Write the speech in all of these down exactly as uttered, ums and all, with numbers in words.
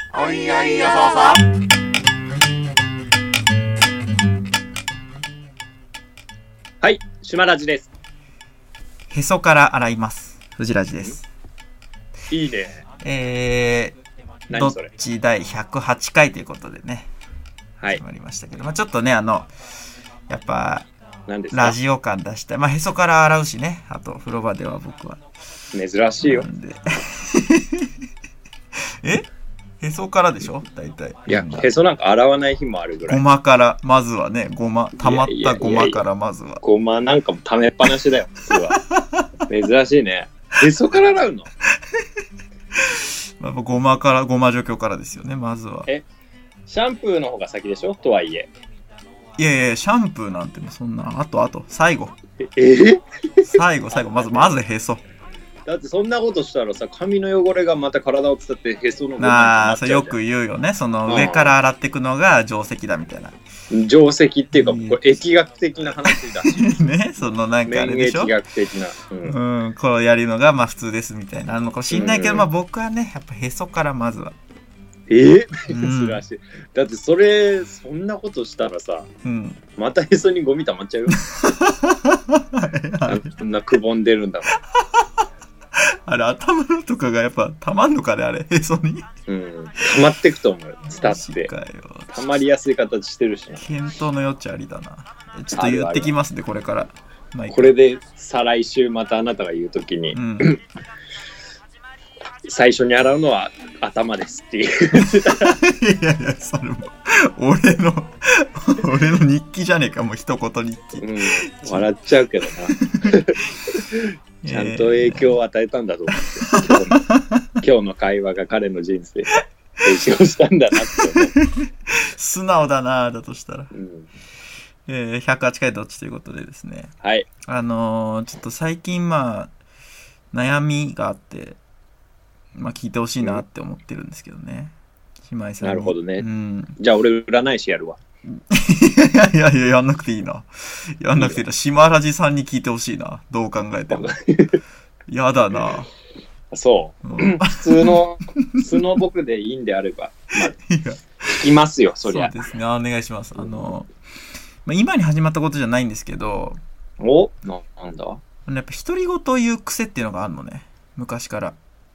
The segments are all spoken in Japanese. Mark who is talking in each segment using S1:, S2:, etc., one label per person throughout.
S1: おいおいよそうそう。
S2: はい、島ラジです。
S3: へそから洗います。藤ラジです。
S2: いいね。
S3: えー、どっちだいひゃくはちかいということでね、
S2: はい、
S3: 始まりましたけど、まあちょっとね、あのやっぱ
S2: 何ですか、
S3: ラジオ感出した。まあへそから洗うしね、あと風呂場では僕は
S2: 珍しいよ。
S3: なんでえへそからでしょ大体。
S2: いや、へそなんか洗わない日もあるぐらい。
S3: ごまから、まずはね、ごま、溜まったごまからまずは。いやいやいやいや、
S2: ごまなんかも溜めっぱなしだよ、普通は。珍しいね。へそから洗うの
S3: まあ、ごまから、ごま除去からですよね、まずは。
S2: え、シャンプーの方が先でしょとはいえ。
S3: いやいや、シャンプーなんてそんな、あとあと、最後。
S2: ええ
S3: 最後、最後、まず、まずへそ。
S2: だってそんなことしたらさ、髪の汚れがまた体を伝ってへそのごまにな
S3: ああ、
S2: っちゃうじゃん。
S3: よく言うよね。その上から洗っていくのが定石だみたいな。
S2: 定石っていうか、これ疫学的な話だし。
S3: ね、そのなんかあれでしょ。
S2: 免疫学的な。
S3: うん、うん、こうやるのがまあ普通ですみたいな。あの、これ知んないけど、まあ僕はね、やっぱへそからまずは。
S2: えー、珍しい、うん。だってそれ、そんなことしたらさ、
S3: うん、
S2: またへそにゴミ溜まっちゃうよ。あんなくぼんでるんだもん。
S3: あれ、頭のとかがやっぱたまんのかね、あれ、へそに。
S2: うん。溜まってくと思う。伝って。溜まりやすい形してるしな。
S3: 検討の余地ありだな。ちょっと言ってきますね、これから。
S2: これで再来週またあなたが言うときに、うん、最初に洗うのは頭ですっていう。
S3: いやいや、それも俺の俺の日記じゃねえか、もう一言日記。うん、
S2: 笑っちゃうけどな。ちゃんと影響を与えたんだと思って、今日の、今日の会話が彼の人生に影響したんだなって思う。
S3: 素直だな、だとしたら。うんえー、ひゃくはちかいどっちということでですね。
S2: はい。
S3: あのー、ちょっと最近まあ、悩みがあって、まあ聞いてほしいなって思ってるんですけどね。姉妹さんに。
S2: なるほどね。
S3: うん、じ
S2: ゃあ俺占い師やるわ。
S3: いやいやいや、やんなくていいな。やんなくていいな。島ラジさんに聞いてほしいな。どう考えても。やだな。
S2: そう。うん、普通の、普通の僕でいいんであれば、まあ、聞きますよ、そりゃ。
S3: そうですね。お願いします。あの、まあ、今に始まったことじゃないんですけど。
S2: おな、なんだ
S3: やっぱ独り言を言う癖っていうのがあるのね。昔から。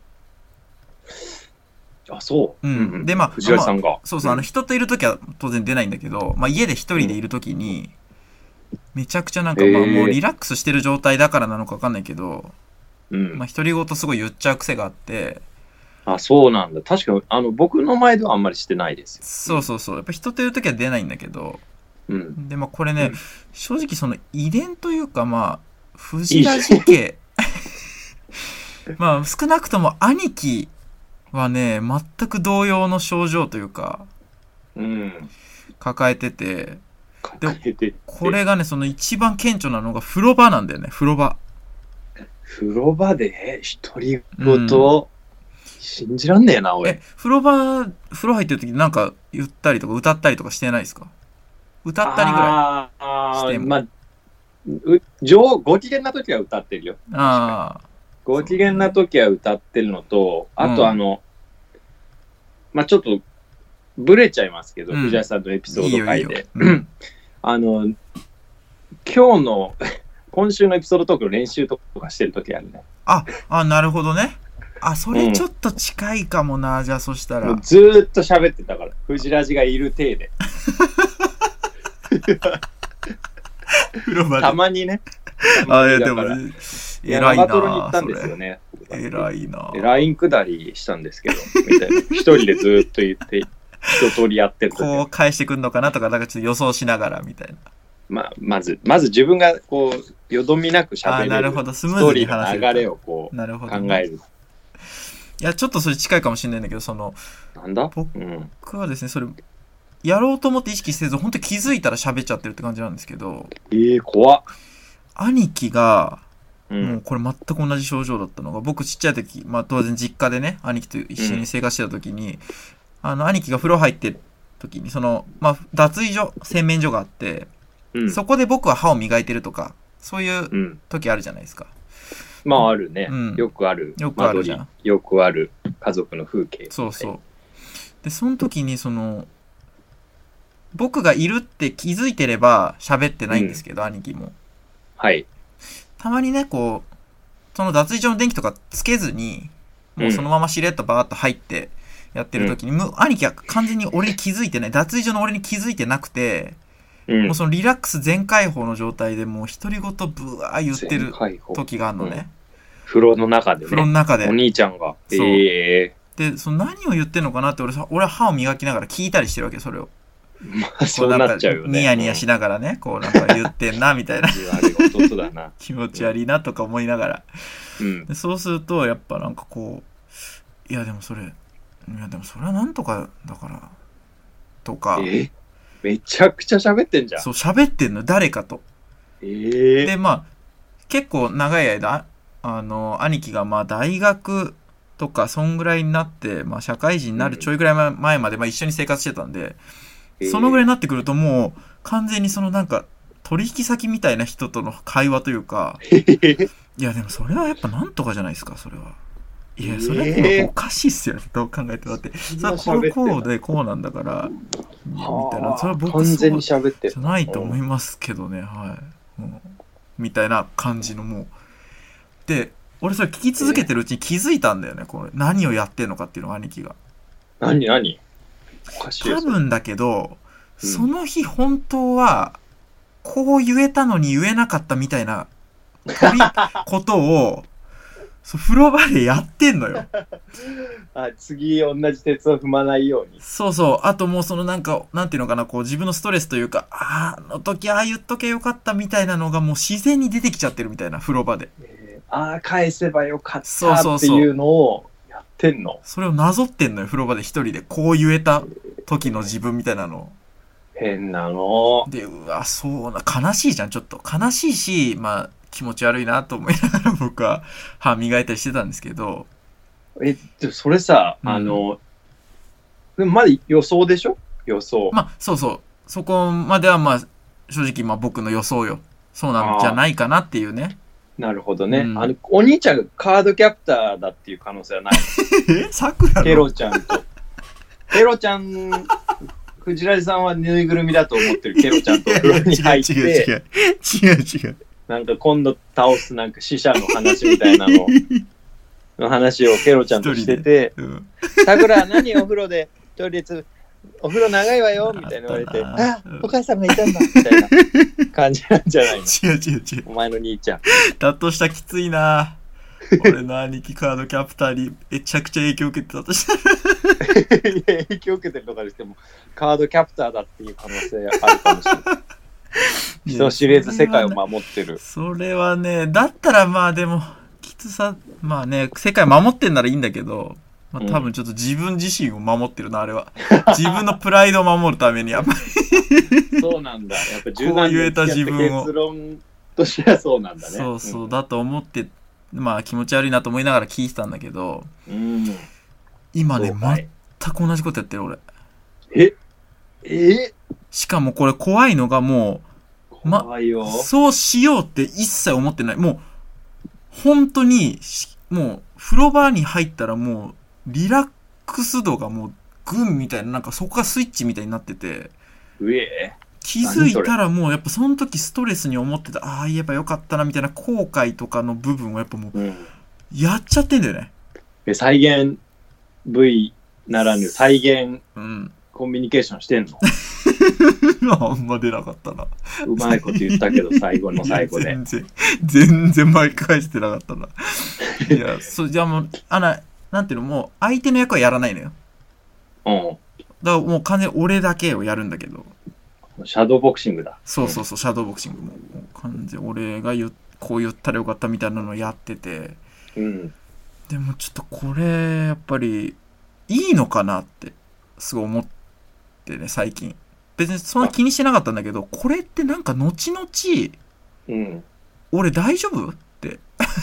S2: あ、そう。
S3: うん。で、まあ、
S2: 藤井さんが。
S3: まあ、そうそう、あの、人といるときは当然出ないんだけど、まあ、家で一人でいるときに、めちゃくちゃなんか、まあ、もうリラックスしてる状態だからなのかわかんないけど、うん。まあ、独り言すごい言っちゃう癖があって。
S2: あ、そうなんだ。確かに、あの、僕の前ではあんまりしてないですよ。
S3: そうそうそう。やっぱ人といるときは出ないんだけど、
S2: うん。
S3: で、まあ、これね、うん、正直その遺伝というか、まあ、藤ラジ家、まあ、少なくとも兄貴はね、全く同様の症状というか、
S2: うん、
S3: 抱えてて、
S2: 抱えてて、
S3: これがね、その一番顕著なのが風呂場なんだよね、風呂場。
S2: 風呂場で独り言、うん、信じらんねえな、俺。
S3: え、風呂場、風呂入ってる時なんか言ったりとか歌ったりとかしてないですか？歌ったりぐらいしても。
S2: まあ、う上ご機嫌な時は歌ってるよ。
S3: ああ。
S2: ご機嫌な時は歌ってるのと、あとあの、うん、まあちょっとブレちゃいますけど、うん、藤井さんのエピソード回で、うん、あの今日の今週のエピソードトークの練習とかしてる時あるね。
S3: あ、あ、なるほどね。あ、それちょっと近いかもな、うん、じゃあそしたら。
S2: ずーっと喋ってたから、藤ラジがいる体で。たまにね。
S3: あ、いやでも偉いな。
S2: 長瀞に行ったんですよね。
S3: 偉いな。
S2: ライン下りしたんですけど、みたいな。一人でずっと言って、一通りやってる。
S3: こう返してくんのかなとか、なんかちょっと予想しながらみたいな。
S2: まあ、まず、まず自分がこう、よどみなく喋れる。
S3: なるほど、スムーズに話せる。
S2: ストーリーの流れをこう、なるほど、ね、考える。
S3: いや、ちょっとそれ近いかもしれないんだけど、その、
S2: なんだ
S3: 僕はですね、それ、やろうと思って意識せず、本当に気づいたら喋っちゃってるって感じなんですけど。
S2: えー、怖っ。
S3: 兄貴が、うん、もうこれ全く同じ症状だったのが、僕ちっちゃい時、まあ当然実家でね、兄貴と一緒に生活してた時に、うん、あの、兄貴が風呂入ってる時に、その、まあ脱衣所、洗面所があって、うん、そこで僕は歯を磨いてるとか、そういう時あるじゃないですか。
S2: うん、まああるね、うん。よくある。
S3: よくあるじゃん。
S2: よくある家族の風景。
S3: そうそう。 でその時にその僕がいるって気づいてれば喋ってないんですけど、うん、兄貴も
S2: はい
S3: たまにねこうその脱衣所の電気とかつけずにもうそのまましれっとバーッと入ってやってる時に、うん、兄貴は完全に俺に気づいてない脱衣所の俺に気づいてなくて、うん、もうそのリラックス全開放の状態でもう独り言ブワー言ってる時があるのね、うん、
S2: 風呂の中でね
S3: 風呂の中で
S2: お兄ちゃんが
S3: そう、えー、でその何を言ってんのかなって俺俺は歯を磨きながら聞いたりしてるわけそれを
S2: まあそうなっちゃうよね
S3: ニヤニヤしながらね、うん、こうなんか言ってんなみたいな
S2: 弟だな
S3: 気持ち悪いなとか思いながら、うん、でそうするとやっぱなんかこういやでもそれいやでもそれはなんとかだからとか
S2: えめちゃくちゃ喋ってんじゃん
S3: そう喋ってんの誰かと
S2: えー、
S3: でまあ結構長い間あの兄貴がまあ大学とかそんぐらいになって、まあ、社会人になるちょいぐらい前まで、まあ、一緒に生活してたんで、うん、そのぐらいになってくるともう完全にそのなんか取引先みたいな人との会話というかいやでもそれはやっぱなんとかじゃないですかそれはいやそれはおかしいっすよね、えー、どう考えてもだってそれはこうこうでこうなんだからみたいなそれは僕
S2: 完全に喋ってる
S3: じゃないと思いますけどね、うん、はい、うん、みたいな感じのもうで俺それ聞き続けてるうちに気づいたんだよね、これ何をやってんのかっていうのが兄貴が
S2: 何何おかしいよ
S3: 多分だけど、うん、その日本当はこう言えたのに言えなかったみたいなことをそう風呂場でやってんのよ
S2: あ次同じ鉄を踏まないように
S3: そうそうあともうそのなんかなんていうのかなこう自分のストレスというかあの時ああ言っとけよかったみたいなのがもう自然に出てきちゃってるみたいな風呂場で、
S2: えー、ああ返せばよかったっていうのをやってんの
S3: それをなぞってんのよ風呂場で一人でこう言えた時の自分みたいなのを
S2: 変なの
S3: でうわそうな悲しいじゃんちょっと悲しいしまあ気持ち悪いなと思いながら僕は歯磨いたりしてたんですけど
S2: えでもそれさ、うん、あのまだ予想でしょ予想
S3: まあそうそうそこまではまあ正直まあ僕の予想よそうなんじゃないかなっていうね
S2: なるほどね、うん、あのお兄ちゃんがカードキャプターだっていう可能性はない
S3: えさくらの
S2: ケロちゃんとケロちゃん藤ラジさんはぬいぐるみだと思ってるケロちゃんとお風呂に入って
S3: 違う違う違う違う
S2: なんか今度倒すなんか死者の話みたいなのの話をケロちゃんとしててさくら何お風呂でとりあえずお風呂長いわよみたいな言われてあ、うん、お母さんがいたんだみたいな感じなんじゃないの
S3: 違う違う違う
S2: お前の兄ちゃん
S3: だとしたらきついな俺の兄貴カードキャプターにめちゃくちゃ影響を受けてたとしたら
S2: いや影響を受けてるとかでしてもカードキャプターだっていう可能性あるかもしれない人知れず世界を守ってる
S3: そ, れは、ね、それはねだったらまあでもきつさまあね世界守ってんならいいんだけど、まあ、多分ちょっと自分自身を守ってるなあれは自分のプライドを守るためにやっぱ
S2: りそうなんだやっぱ柔軟に付き合って結論としてはそうなんだね
S3: そうそう、うん、だと思ってまあ気持ち悪いなと思いながら聞いてたんだけど、うん、今ね全く同じことやってる俺
S2: ええ
S3: しかもこれ怖いのがもう、ま、そうしようって一切思ってない。もう、本当に、もう、風呂場に入ったらもう、リラックス度がもう、グンみたいな、なんかそこがスイッチみたいになってて、
S2: うえ
S3: 気づいたらもう、やっぱその時ストレスに思ってた、ああ、言えばよかったな、みたいな後悔とかの部分をやっぱもう、うん、やっちゃってんだよね。
S2: え、再現 V ならぬ再現、うんコンビニケーションしてんの
S3: あんま出なかったな
S2: うまいこと言ったけど最後の最後で
S3: 全然全然巻き返してなかったないやそじゃあもうあのなんていうのもう相手の役はやらないのようんだからもう完全に俺だけをやるんだけど
S2: シャドーボクシングだ
S3: そうそうそうシャドーボクシングももう完全に俺が言こう言ったらよかったみたいなのをやってて、うん、でもちょっとこれやっぱりいいのかなってすごい思ってでね最近別にそんな気にしてなかったんだけどこれってなんか後々、うん、俺大丈夫って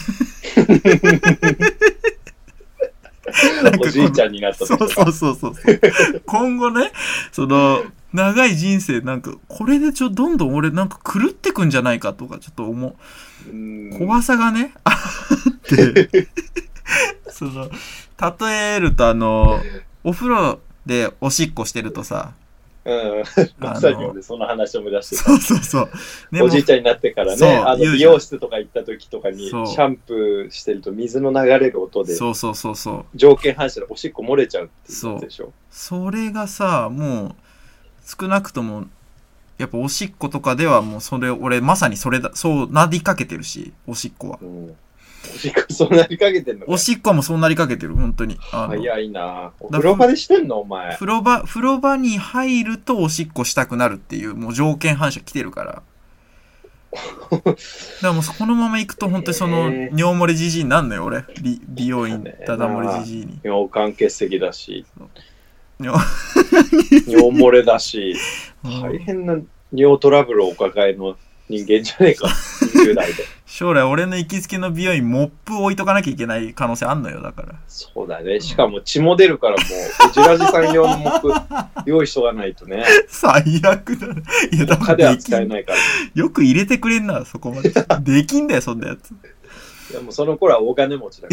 S2: おじいちゃんになった
S3: そうそうそうそう今後ねその長い人生なんかこれでちょどんどん俺なんか狂ってくんじゃないかとかちょっと思うう怖さがねあってその例えるとあのお風呂でおしっこしてるとさ、
S2: うん、まさに俺その話を思い出してた。
S3: そうそうそう。
S2: おじいちゃんになってからね、あの美容室とか行った時とかにシャンプーしてると水の流れる音で、
S3: そうそうそうそう。
S2: 条件反射でおしっこ漏れちゃうっていうやつでしょ。
S3: そう。それがさ、もう少なくともやっぱおしっことかではもうそれ俺まさにそれだ、そうなりかけてるし、おしっこは。うん、
S2: おしっこそうなりかけてんのか。
S3: おしっこもそうなりかけてる、本当に。
S2: あの早いな。お風呂場でしてんのお前。
S3: 風呂場、風呂場に入るとおしっこしたくなるっていう、もう条件反射来てるから。だからもうこのまま行くと本当にその尿漏れじじいになんのよ、俺。美, 美容院ダダ漏れじじいに。
S2: 尿管結石だし。尿漏れだし。大変な尿トラブルをお抱えの人間じゃねえか。にじゅう代で。
S3: 将来俺の行きつけの美容院モップ置いとかなきゃいけない可能性あんのよ、だから。
S2: そうだね。しかも血も出るからもううちらじさん用のモップ用意しとかないとね。
S3: 最悪だね。
S2: いや、他では使えないから。
S3: よく入れてくれんな、そこまで。できんだよ、そんなやつ。
S2: いやもうその頃は大金持ちだから。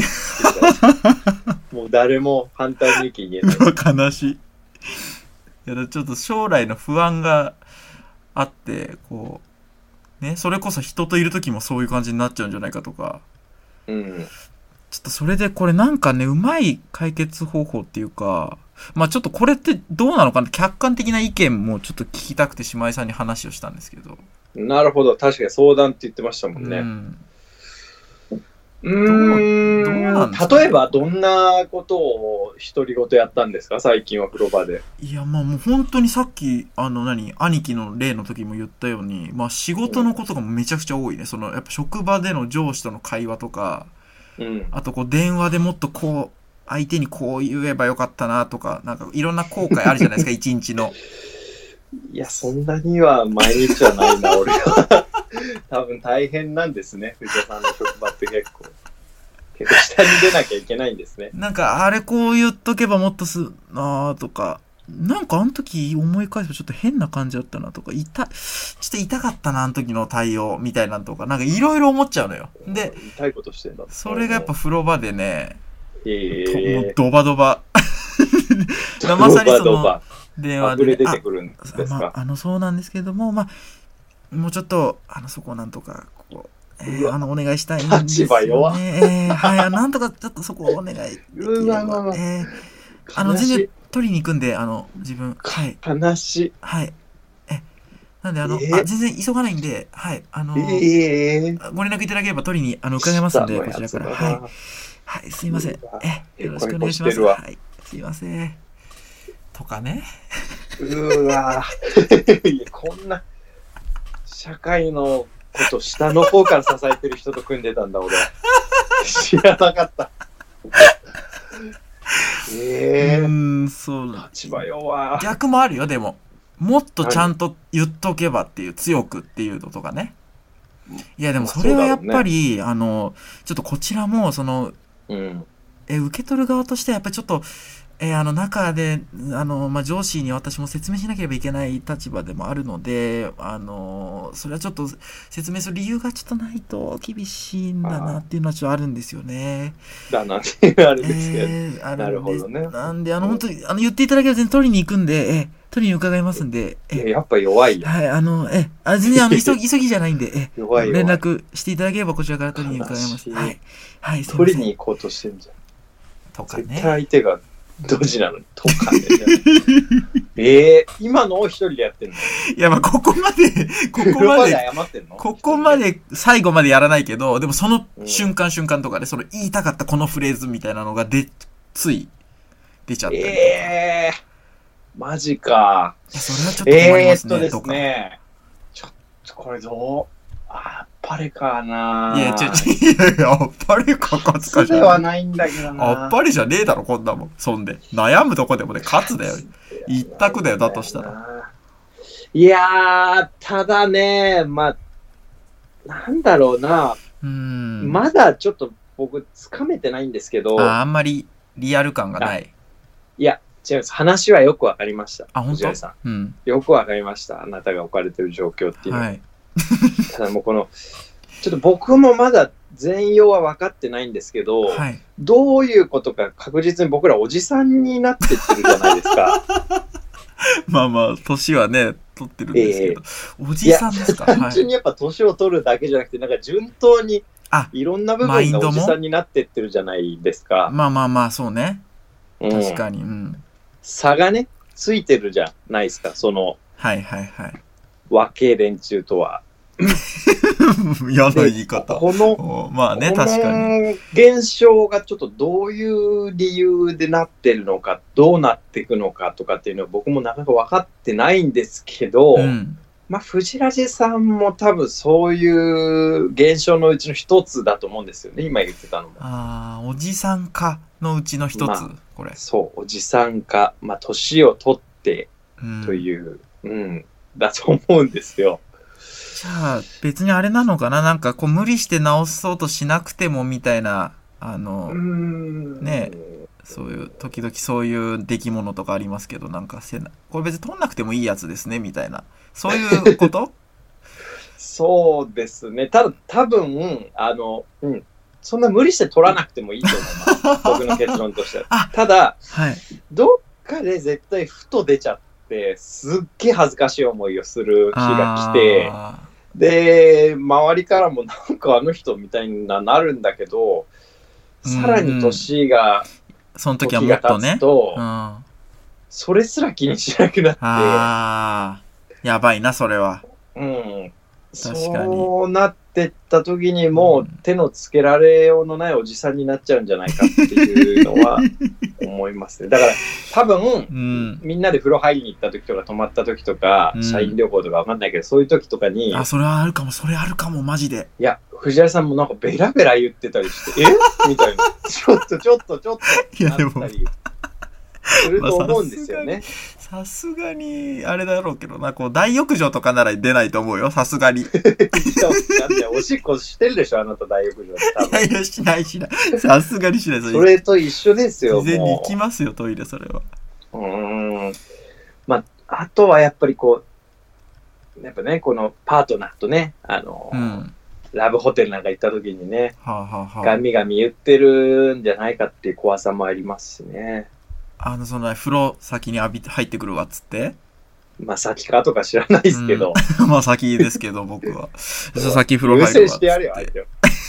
S2: もう誰も反対の意見言えない。
S3: 悲しい。いやだちょっと将来の不安があってこうね、それこそ人といる時もそういう感じになっちゃうんじゃないかとか、
S2: うん、
S3: ちょっとそれでこれなんかねうまい解決方法っていうか、まあちょっとこれってどうなのかな、客観的な意見もちょっと聞きたくて島井さんに話をしたんですけど。
S2: なるほど、確かに相談って言ってましたもんね。うんうーん、例えばどんなことを独り言やったんですか最近は風呂場で。
S3: いやまあもう本当にさっきあの何兄貴の例の時も言ったように、まあ仕事のことがめちゃくちゃ多いね。そのやっぱ職場での上司との会話とか、うん、あとこう電話でもっとこう相手にこう言えばよかったなとか、なんかいろんな後悔あるじゃないですか一日の。
S2: いやそんなには毎日はないな俺は。多分大変なんですね藤田さんの職場って結構結構下に出なきゃいけないんですね。
S3: なんかあれこう言っとけばもっとすなとか、なんかあの時思い返すとちょっと変な感じだったなとか、痛ちょっと痛かったなあの時の対応みたいなとか、なんかいろいろ思っちゃうのよ。で
S2: 痛いことしてんだ。
S3: それがやっぱ風呂場でね、
S2: えー、
S3: もうドバドバまさにその電話で、ね、
S2: 溢れ出てくるんですか。
S3: あ、まあ、あのそうなんですけども、まあもうちょっとあのそこをなんとかこう、えー、あのお願いしたいんですよね。立場弱。えー、はい、なんとかちょっとそこをお願いできれば。えー、あの全然取りに行くんで、あの自分、はい。
S2: 悲しい。
S3: はい。え、なんであの、えー、あ全然急がないんで、はい、あの、
S2: えー、
S3: ご連絡いただければ取りにあの伺いますんでこちらから、はい、はい、すいません。え、よろしくお願いします。はい、すいません。とかね。
S2: うわいやこんな社会のこと下の方から支えてる人と組んでたんだ俺。知らなかった。ええー、う
S3: ーん、そう
S2: 立場弱。
S3: 逆もあるよ。でももっとちゃんと言っとけばっていう、強くっていうのとかね。いやでもそれはやっぱり、まあね、あのちょっとこちらもその、うん、え受け取る側としてはやっぱりちょっとえー、あの中であの、まあ、上司に私も説明しなければいけない立場でもあるので、あのそれはちょっと説明する理由がちょっとないと厳しいんだなっていうのはちょっとあるんですよね。
S2: だなっていうあるんですけど、
S3: えー、あるんで
S2: なるほどね。
S3: なんであの本当にあの言っていただければ全然取りに行くんで、え取りに伺いますんで。
S2: えやっぱ弱いよ。
S3: はい、あのえあ全然あの急ぎ急ぎじゃないんで、え
S2: 弱い弱い
S3: 連絡していただければこちらから取りに伺います。はいはい、すいません。
S2: 取りに行こうとしてんじゃん。
S3: とかね。
S2: 絶対相手がドジなのにとかね。えー、今のを一人でやってんの？
S3: いやまあここまでここまで
S2: 謝ってんの？
S3: ここまで最後までやらないけど、でもその瞬間瞬間とかでその言いたかったこのフレーズみたいなのがでつい出ちゃったりとか。
S2: えー、マジか。
S3: いやそれはちょっと困りますね。
S2: えーっとですね。ちょっとこれどう？あっぱれかな。
S3: いやちょいやいやあっぱれか勝つか
S2: じゃない。それはないんだけどな。
S3: あっぱれじゃねえだろこんなもん。そんで悩むとこでもね勝つだよ。一択だよだとしたら。
S2: いやーただねまあなんだろうな。
S3: うーん
S2: まだちょっと僕つかめてないんですけど。
S3: ああんまりリアル感がない。
S2: いや違います。話はよくわかりました。
S3: あ本当？
S2: さ
S3: ん、うん、
S2: よくわかりました。あなたが置かれてる状況っていうのは。はいただもうこのちょっと僕もまだ全容は分かってないんですけど、はい、どういうことか確実に僕らおじさんになってってるじゃないですか。
S3: まあまあ年はね取ってるんですけど、えー、おじさんですか。
S2: 単純にやっぱ年を取るだけじゃなくて、なんか順当にいろんな部分がおじさんになってってるじゃないですか。
S3: まあまあまあそうね、確かに、うん、
S2: 差がねついてるじゃないですか、その
S3: はいはいはい
S2: 若い連中とは。
S3: 嫌な言い方。
S2: この
S3: まあね、確かに
S2: 現象がちょっとどういう理由でなってるのか、どうなっていくのかとかっていうのは僕もなかなか分かってないんですけど、うん、まあ藤ラジさんも多分そういう現象のうちの一つだと思うんですよね、今言ってたのも。
S3: ああ、おじさん化のうちの一つ、まあ、これ。
S2: そう、おじさん化、まあ年を取ってという、うん、うん、だと思うんですよ。
S3: じゃあ別にあれなのかな、なんかこう無理して直そうとしなくてもみたいな、あのね、そういう時々そういう出来物とかありますけど、なんかせなこれ別に取んなくてもいいやつですねみたいな、そういうこと
S2: そうですね。ただ多分あの、うん、そんな無理して取らなくてもいいと思います。僕の結論としては。ただ、はい、どっかで絶対ふと出ちゃってすっげえ恥ずかしい思いをする日が来て、で周りからもなんかあの人みたいになるんだけど、さらに年が、
S3: うん、その時はもっとね、
S2: と、うん、それすら気にしなくなって、
S3: あーやばいなそれは。
S2: うん、確かにそうなってった時にもう、うん、手のつけられようのないおじさんになっちゃうんじゃないかっていうのは思いますね。だから多分、うん、みんなで風呂入りに行った時とか泊まった時とか、うん、社員旅行とかわかんないけど、そういう時とかに、
S3: あ、それはあるかも、それあるかもマジで。
S2: いや藤原さんもなんかベラベラ言ってたりして、えみたいな、ちょっとちょっとちょっとなったりすると思うんですよね。
S3: さすがにあれだろうけどな、こう大浴場とかなら出ないと思うよ、さすがに。いや、
S2: おしっこしてるでしょあなた、大浴場で。
S3: 多分いやいや、しないしない、さすがにしない。
S2: それと一緒ですよ。
S3: 事前に行きますよトイレ、それは。
S2: うーん、まああとはやっぱりこうやっぱね、このパートナーとね、あの、うん、ラブホテルなんか行った時にね、はあはあはあ、ガミガミ言ってるんじゃないかっていう怖さもありますしね。
S3: あの、その風呂先に浴びて入ってくるわっつって、
S2: まあ先かとか知らないですけど、
S3: うん、まあ先ですけど僕は先風呂入るわっつって。優先してやるよ相手を。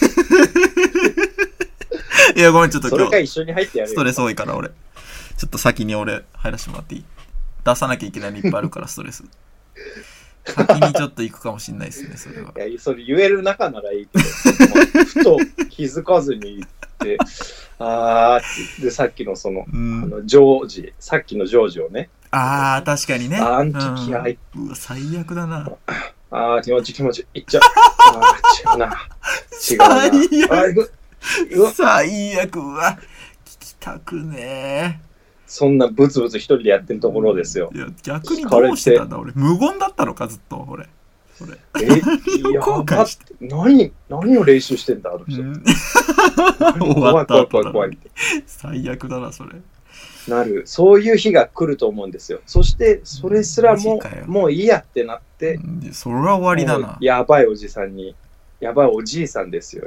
S3: いやごめん、ちょっと今日
S2: それか一緒に入ってやるよ。
S3: ストレス多いから俺ちょっと先に俺入らせてもらっていい？出さなきゃいけないのいっぱいあるからストレス先にちょっと行くかもしれないですね、それは。
S2: いや、それ言える仲ならいいけど、ふと気づかずに言って、あーで、さっきのその、うん、あのジョージ、さっきのジョージをね。
S3: あー、確かにね。
S2: あん時入って、
S3: うん、うわ、最悪だな。
S2: あー、気持ち気持ち、いっちゃう。あー、違うな。違うな。
S3: 最悪。うわ最悪。うわ、聞きたくねー。
S2: そんなブツブツ一人でやってるところですよ。
S3: いや逆にどうしてたんだ俺。無言だったのかずっと俺。それ
S2: えいやばって何何を練習してんだあの人。
S3: 終わった後だ。怖い最悪だなそれ。
S2: なる、そういう日が来ると思うんですよ。そしてそれすらももういいやってなって、
S3: それは終わりだな。
S2: やばいおじさんに、やばいおじいさんですよ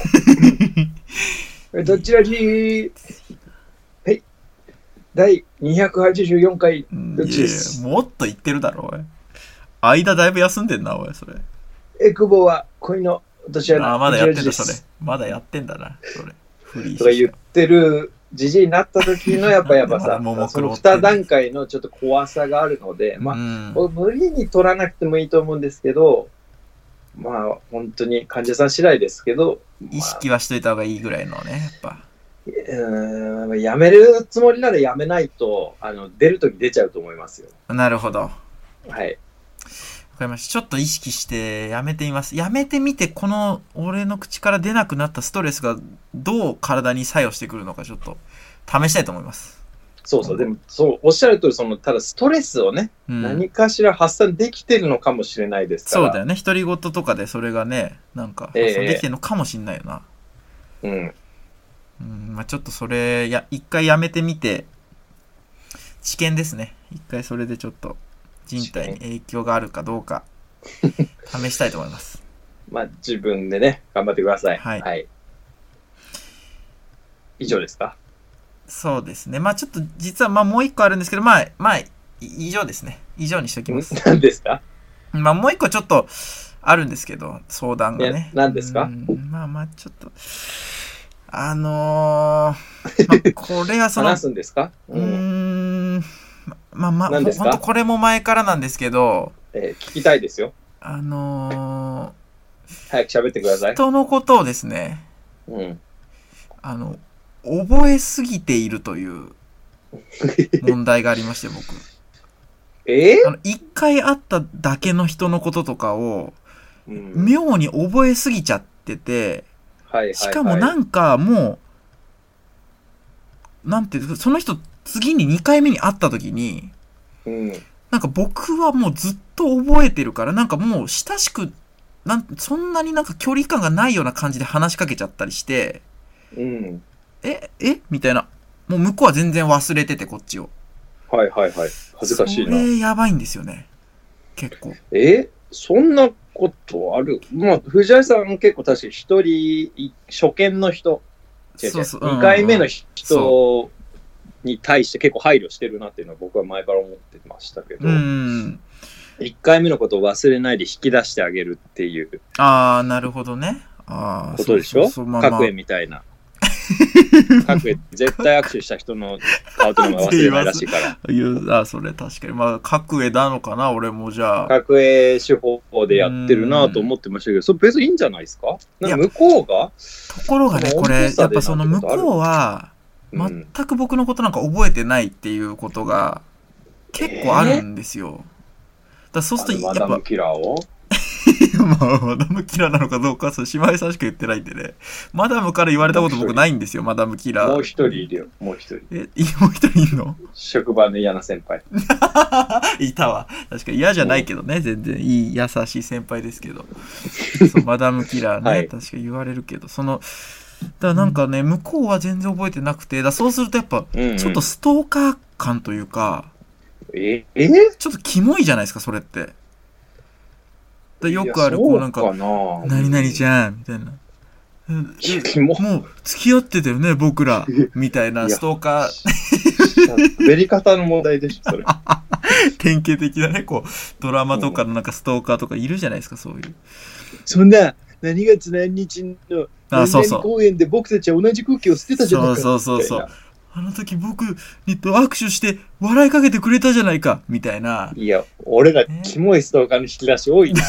S2: ね。どちらにだいにひゃくはちじゅうよんかいどっちです。
S3: もっと言ってるだろおい。間だいぶ休んでんなおいそれ。
S2: え久保は恋のどちらの。
S3: あまだやってんだそれ。まだやってんだなそれ。
S2: フリーとか言ってるじじいになった時のやっぱやっぱさ、そのに段階のちょっと怖さがあるので、まあ、うん、無理に取らなくてもいいと思うんですけど、まあ本当に患者さん次第ですけど、まあ、
S3: 意識はしといた方がいいぐらいのねやっぱ。
S2: うん、やめるつもりならやめないとあの出るとき出ちゃうと思いますよ。
S3: なるほど。
S2: はい。
S3: わかりました。ちょっと意識してやめてみます。やめてみてこの俺の口から出なくなったストレスがどう体に作用してくるのかちょっと試したいと思います。
S2: そうそう、でもそうおっしゃる通り、そのただストレスをね、うん、何かしら発散できてるのかもしれないですから。
S3: そうだよね。独り言とかでそれがねなんか発散できてるのかもしれないよな。
S2: えー、うん。
S3: うんまあ、ちょっとそれや一回やめてみて知見ですね。一回それでちょっと人体に影響があるかどうか試したいと思います。
S2: まあ自分でね、頑張ってください。
S3: はい。
S2: はい、以上ですか？
S3: そうですね。まあちょっと実はまあもう一個あるんですけど、まあ、まあ、以上ですね。以上にしておきます。
S2: 何ですか？
S3: まあもう一個ちょっとあるんですけど、相談がね。
S2: 何ですか？
S3: まあまあちょっと、あのー、まあ、これはその、
S2: 話すんですか？
S3: うーん、まあまあ、
S2: 何ですか？
S3: ほんとこれも前からなんですけど、
S2: えー、聞きたいですよ。
S3: あの
S2: ー、早く喋ってください。
S3: 人のことをですね、
S2: うん、
S3: あの、覚えすぎているという問題がありまして、僕。
S2: えー、
S3: あの、一回会っただけの人のこととかを、
S2: うん、
S3: 妙に覚えすぎちゃってて、
S2: はいはいはい、
S3: しかもなんかもう、なんていう、その人次ににかいめに会った時に、
S2: うん、
S3: なんか僕はもうずっと覚えてるから、なんかもう親しく、なんそんなになんか距離感がないような感じで話しかけちゃったりして、
S2: うん、
S3: ええみたいな。もう向こうは全然忘れてて、こっちを。
S2: はいはいはい。恥ずかしいな。
S3: それやばいんですよね。結構。
S2: えそんなことある？まあ、藤井さん結構確かに一人、初見の人、違う違う、そうそう、にかいめの人に対して結構配慮してるなっていうのは僕は前から思ってましたけど、うん、いっかいめのことを忘れないで引き出してあげるっていう。
S3: ああ、なるほどね。ああ、
S2: ことでしょ？角栄みたいな。各へ絶対握手した人の顔とかも忘れないらしいから。
S3: あ、それ確かに。まあ、各へなのかな、俺もじゃあ。
S2: 各へ手法でやってるなと思ってましたけど、それ別にいいんじゃないですか？なんか向こうが
S3: ところがね、これ、やっぱその向こうは、全く僕のことなんか覚えてないっていうことが結構あるんですよ。えー、だそうすると、やっぱ。
S2: マダムキラーを
S3: まあ、マダムキラーなのかどうかは、そう、姉妹さんしか言ってないんでね。マダムから言われたこと僕ないんですよ、マダムキラー。
S2: もう一人いるよ、もう一人。
S3: え、もう一人いるの？
S2: 職場の嫌な先輩。
S3: いたわ。確かに嫌じゃないけどね、全然いい、優しい先輩ですけど。そう、マダムキラーね、はい、確か言われるけど、その、だからなんかね、向こうは全然覚えてなくて、だそうするとやっぱ、ちょっとストーカー感というか、
S2: うんうん、ええ
S3: ちょっとキモいじゃないですか、それって。だよくある、こうなんか、何々ちゃんみたいな。もう付き合ってたよね、僕ら。みたいなストーカー。
S2: 喋り方の問題でしょ、それ。
S3: 典型的なね、こう、ドラマとかのなんかストーカーとかいるじゃないですか、そういう。
S2: そんな、何月何日の何々公園で僕たちは同じ空気を捨てたじゃないか。
S3: そうそうそうそう。あの時僕にと握手して笑いかけてくれたじゃないかみたいな。
S2: いや、俺らキモいストーカーの引き出し多いな。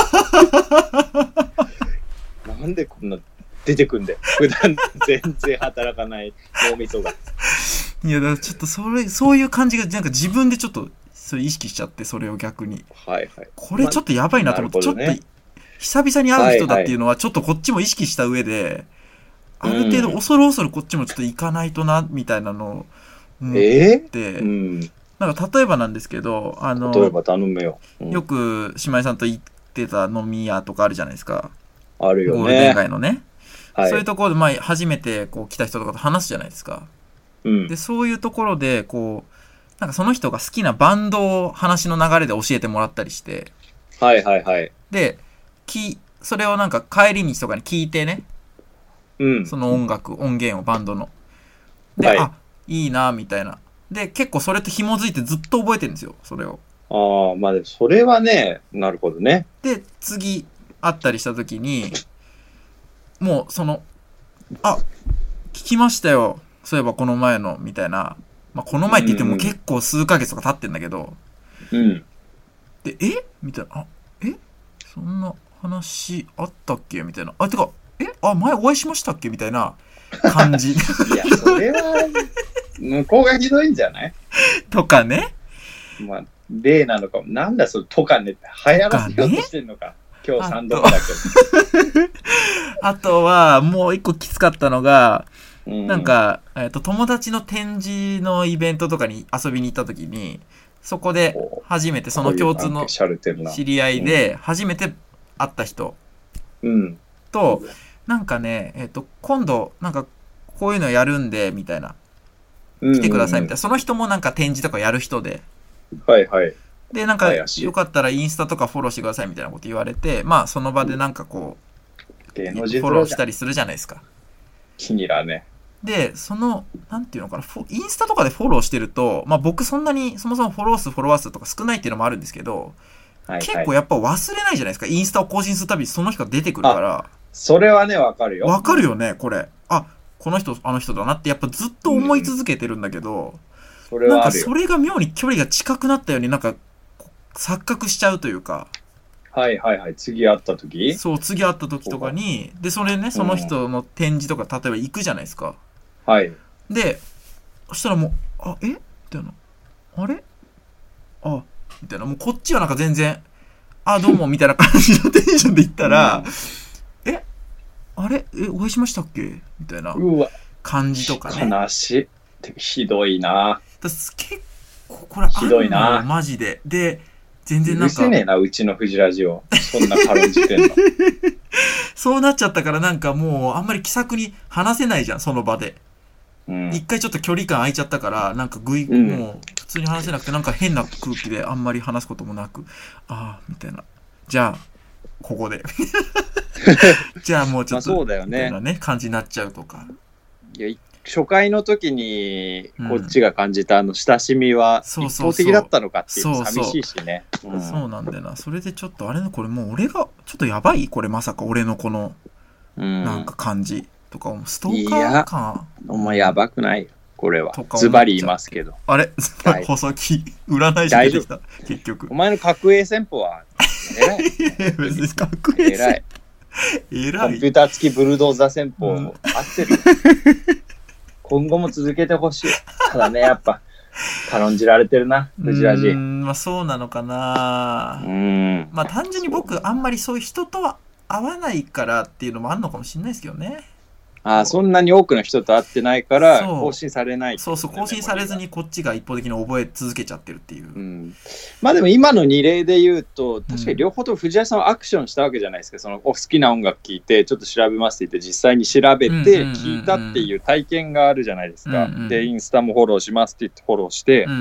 S2: なんでこんな出てくんだよ。普段全然働かない脳みそが。
S3: いや、だからちょっとそれ、そういう感じがなんか自分でちょっとそれ意識しちゃって、それを逆に。
S2: はいはい。
S3: これちょっとやばいなと思って、まあね、ちょっと久々に会う人だっていうのはちょっとこっちも意識した上で、はいはい、ある程度恐る恐るこっちもちょっと行かないとなみたいなのを思って、えーうん、なんか例えばなんですけど、あの
S2: 例えば頼むよ、
S3: うん、よく姉妹さんと行ってた飲み屋とかあるじゃないですか。
S2: あるよね。
S3: ゴールデン街のね、はい、そういうところでまあ初めてこう来た人とかと話すじゃないですか。うん、でそういうところでこうなんかその人が好きなバンドを話の流れで教えてもらったりして、
S2: はいはいはい。
S3: できそれをなんか帰り道とかに聞いてね。うん、その音楽音源をバンドので、はい、あいいなみたいなで結構それと紐づいてずっと覚えてるんですよそれを。
S2: ああまあでもそれはねなるほどね。
S3: で次会ったりした時にもうそのあ聞きましたよそういえばこの前のみたいな、まあ、この前って言っても結構数ヶ月とか経ってんだけど、うん、でえみたいなあえそんな話あったっけみたいなあてかえあ前お会いしましたっけみたいな感じ。い
S2: やそれは向こうがひどいんじゃない
S3: とかね。
S2: まあ例なのかも。なんだそれとかねって流行らせようとしてんのか。今日さんどだけど。
S3: あとはもう一個きつかったのが、うん、なんか、えーと、友達の展示のイベントとかに遊びに行った時にそこで初めてその共通の知り合いで初めて会った人と、うんなんかね、えっと、今度、なんか、こういうのやるんで、みたいな。来てください、みたいな。その人もなんか展示とかやる人で。
S2: はいはい。
S3: で、なんか、
S2: 怪しい
S3: よかったらインスタとかフォローしてくださいみたいなこと言われて、まあ、その場でなんかこう、
S2: 芸能
S3: フ
S2: 人プロじゃん
S3: ォローしたりするじゃないですか。
S2: 気に入らね。
S3: で、その、なんていうのかな、フォインスタとかでフォローしてると、まあ僕そんなに、そもそもフォロー数、フォロワー数とか少ないっていうのもあるんですけど、
S2: はいはい、
S3: 結構やっぱ忘れないじゃないですか。インスタを更新するたびにその人が出てくるから。
S2: それはね、わかるよ。
S3: わかるよね、これ。あ、この人、あの人だなって、やっぱずっと思い続けてるんだけど、
S2: うん、それはあるよ。
S3: なんかそれが妙に距離が近くなったようになんか、錯覚しちゃうというか。
S2: はいはいはい。次会った時
S3: そう、次会った時とかに、で、それね、その人の展示とか、例えば行くじゃないですか。
S2: はい。
S3: で、そしたらもう、あ、えみたいな。あれあ、みたいな。もうこっちはなんか全然、あ、どうも、みたいな感じのテンションで言ったら、うん、えあれえ、お会いしましたっけみたいな感じとかね。
S2: 悲しい。ひどいな。
S3: 結構これあるのよ、
S2: ひどいな。
S3: マジで。で、全然なんか。
S2: 許せねえな、うちのフジラジオ。そんな軽んじてんの。
S3: そうなっちゃったからなんかもう、あんまり気さくに話せないじゃん、その場で。一、うん、回ちょっと距離感空いちゃったから、なんかぐい、うん、もう普通に話せなくて、なんか変な空気であんまり話すこともなく、ああ、みたいな。じゃあ、ここで。じゃあもうちょっと、
S2: そうだよね、みたいな
S3: ね、感じになっちゃうとか。
S2: いや、初回の時にこっちが感じたあの親しみは一方的だったのかっていうの寂しいしね。
S3: そうそう、うん、そうなんだよな。それでちょっとあれのこれもう俺がちょっとやばいこれまさか俺のこのなんか感じとかストーカー感。
S2: いやお前やばくないよこれは。ズバリ言いますけど。
S3: あれ細木占い師出てきた結局。
S2: お前の格上戦法は偉い。
S3: 別に格上戦法。偉い。偉い。
S2: コンピューター付きブルドーザー戦法、うん、合ってるよ。今後も続けてほしい。ただね、やっぱ、軽んじられてるな、フジラジ。
S3: うん、まあそうなのかな。
S2: うん。
S3: まあ単純に僕、あんまりそういう人とは会わないからっていうのもあるのかもしれないですけどね。
S2: ああ、そんなに多くの人と会ってないから、更新されない、ね。
S3: そうそう、更新されずにこっちが一方的に覚え続けちゃってるっていう。
S2: うん、まあでも今のに例で言うと、確かに両方と藤井さんはアクションしたわけじゃないですか。そのお好きな音楽聴いて、ちょっと調べますって言って、実際に調べて聴いたっていう体験があるじゃないですか。うんうん、で、インスタもフォローしますって言ってフォローして、うんうん、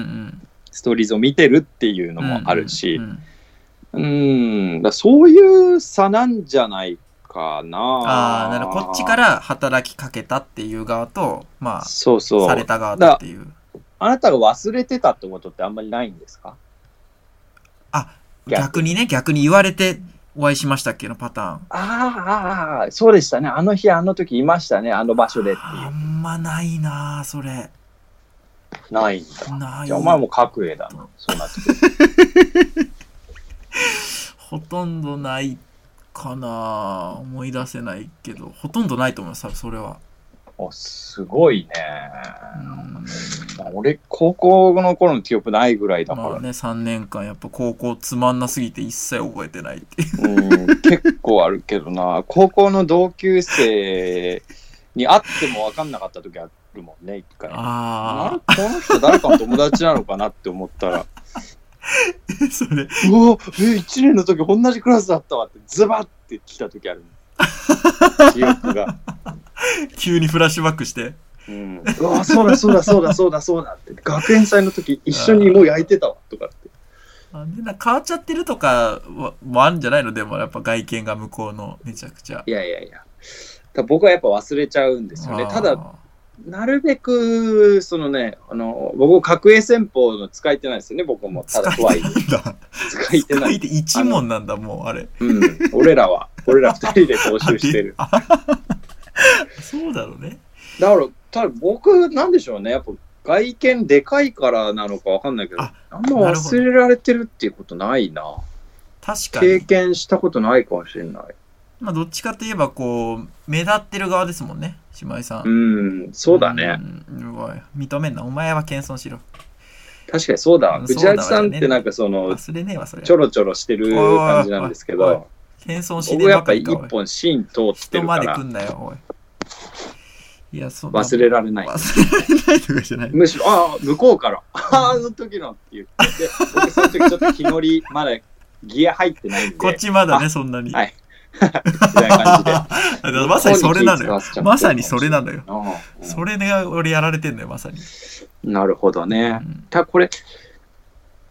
S2: ストーリーズを見てるっていうのもあるし、うんうん、うんだそういう差なんじゃないか。かな
S3: ああ、なるほど。こっちから働きかけたっていう側と、まあ、
S2: そうそう。
S3: された側だっていう。
S2: あなたが忘れてたってことってあんまりないんですか？
S3: あ、逆, 逆にね、逆に言われてお会いしましたっけのパターン。あ
S2: あ、そうでしたね。あの日、あの時いましたね。あの場所でっていう。
S3: あんまないなそれ。
S2: ないんだ。
S3: ない。
S2: じゃあお前も格上だな。そうなって
S3: ほとんどないかな思い出せないけどほとんどないと思いますそれは。
S2: おすごいね。うん俺高校の頃の記憶ないぐらいだから、
S3: まあね、さんねんかんやっぱ高校つまんなすぎて一切覚えてないっていう
S2: うん結構あるけどな高校の同級生に会っても分かんなかった時あるもんね一回。
S3: あ
S2: あこの人誰かの友達なのかなって思ったら
S3: それ
S2: うわえいちねんの時同じクラスだったわってズバッて来た時ある記憶が
S3: 急にフラッシュバックして、
S2: うん、うわそうだそうだそうだそうだそうだって学園祭の時一緒にもう焼いてたわとかって
S3: あでな変わっちゃってるとかもあるんじゃないのでもやっぱ外見が向こうのめちゃくちゃ
S2: いやいやいや僕はやっぱ忘れちゃうんですよね。ただなるべくそのねあの僕格上戦法の使い手ないですよね僕もただとはいえ使い手ない
S3: 使い手一問なんだもうあれ
S2: うん俺らは俺ら二人で踏襲してる
S3: そうだろうね。
S2: だからただ僕なんでしょうねやっぱ外見でかいからなのかわかんないけど あ, あんま忘れられてるっていうことないな。
S3: 確かに
S2: 経験したことないかもしれない。
S3: まあどっちかといえばこう目立ってる側ですもんね姉妹さん。
S2: うんそうだね。
S3: うんう認めんなお前は謙遜しろ。
S2: 確かにそうだ藤原さんってなんかその
S3: 忘れねえわそれ
S2: ちょろちょろしてる感じなんですけど
S3: 謙遜しねえ
S2: 僕やっぱ一本芯通ってるから
S3: 人まで来んなよおい。いやそう
S2: 忘れられない
S3: 忘れられないとかじゃない
S2: むしろああ向こうからあの時のって言って僕その時ちょっと気乗りまだギア入ってないんで
S3: こっちまだねそんなに
S2: はいみたいな感じで
S3: まさにそれなのよまさにそれなのよ、
S2: うん、
S3: それが俺やられてんのよまさに。
S2: なるほどね、うん、ただこれ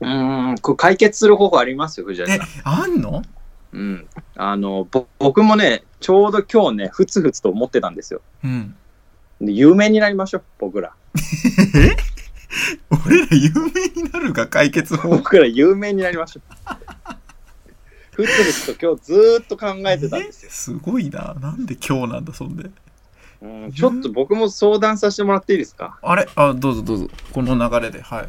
S2: うーん、これ解決する方法ありますよ、藤井さん。
S3: え、あんの？
S2: うん。あの、ぼ僕もね、ちょうど今日ね、ふつふつと思ってたんですよ。
S3: うん。
S2: で有名になりましょう、僕ら。
S3: え俺ら有名になるが解決法？
S2: 僕ら有名になりましょう。ふつふつと今日ずーっと考えてたんですよ。
S3: すごいな。なんで今日なんだ、そんで。
S2: うん、ちょっと僕も相談させてもらっていいですか？
S3: あれあ、どうぞどうぞ。この流れで。はい。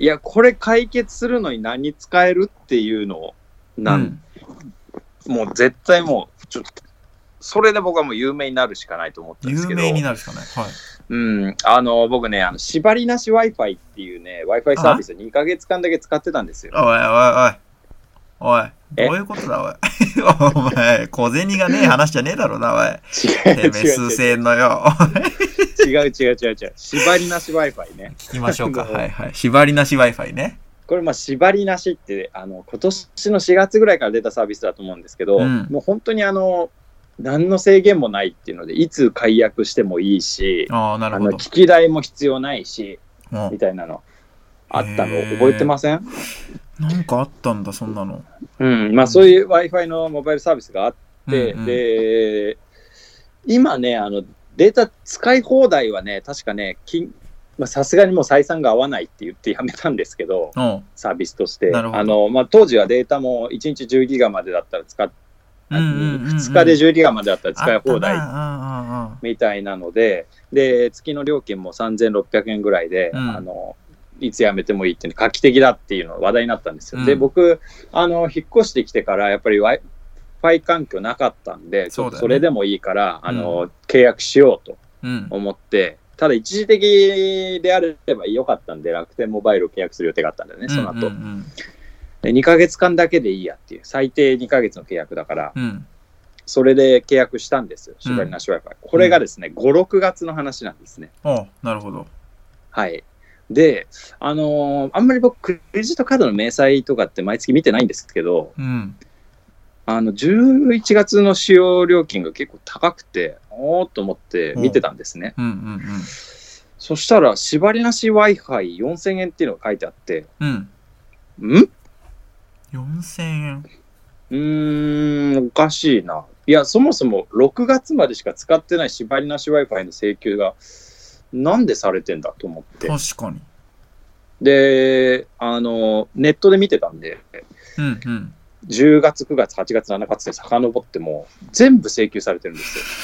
S2: いや、これ解決するのに何使えるっていうのを、なん、うん、もう絶対もう、ちょっと、それで僕はもう有名になるしかないと思ったんですけど。
S3: 有名になるしかない。はい。
S2: うん、あの、僕ね、あの縛りなし Wi-Fi っていうね、Wi-Fi サービスをにかげつかんだけ使ってたんですよ。
S3: おいおいおい。おい、どういうことだ、おい。お前、小銭がねえ話じゃねえだろうな、おい。
S2: 違う違う違う。
S3: てめえ数千円のよ。
S2: 違う違う違う違う。縛りなし Wi-Fi ね。
S3: 聞きましょうか。はいはい。縛りなし Wi-Fi ね。
S2: これ、まあ、縛りなしって、あの、今年のしがつぐらいから出たサービスだと思うんですけど、うん、もう本当にあの、何の制限もないっていうので、いつ解約してもいいし、
S3: あ、なるほど。
S2: あの機器代も必要ないし、みたいなのあったの覚えてません？
S3: なんかあったんだ、そんなの。
S2: うん、まあそういう Wi-Fi のモバイルサービスがあって、うんうん、で、今ね、あの、データ使い放題はね、確かね、さすがにもう採算が合わないって言ってやめたんですけど、サービスとして。あの、まあ、当時はデータもいちにちじゅうギガまでだったら使って、ふつかでじゅうギガまでだったら使い放題みたいなので、で、月の料金もさんぜんろっぴゃくえんぐらいで、うん、あの、いつやめてもいいっていうの画期的だっていうの話題になったんですよ。うん、で、僕、あの、引っ越してきてからやっぱり Wi-Fi 環境なかったんで、ちょっとそれでもいいから、ね、あの、うん、契約しようと思って、うん、ただ一時的であればよかったんで、楽天モバイルを契約する予定があったんだよね、その後。うんうんうんでにかげつかんだけでいいやっていう、最低にかげつの契約だから、うん、それで契約したんですよ、縛りなし Wi-Fi。これがですね、ご、ろくがつの話なんですね。
S3: あ、なるほど。
S2: はい。で、あのー、あんまり僕、クレジットカードの明細とかって毎月見てないんですけど、うん、あの、じゅういちがつの使用料金が結構高くて、おーっと思って見てたんですね。うんうんうん、そしたら、縛りなし Wi-Fiよんせんえんっていうのが書いてあって、うん、ん
S3: よんせんえん
S2: うーん、おかしいな。いや、そもそもろくがつまでしか使ってない縛りなし Wi-Fi の請求がなんでされてんだと思って。
S3: 確かに。
S2: で、あの、ネットで見てたんで、うんうん、じゅうがつ、くがつ、はちがつ、しちがつで遡っても全部請求されてるんですよ。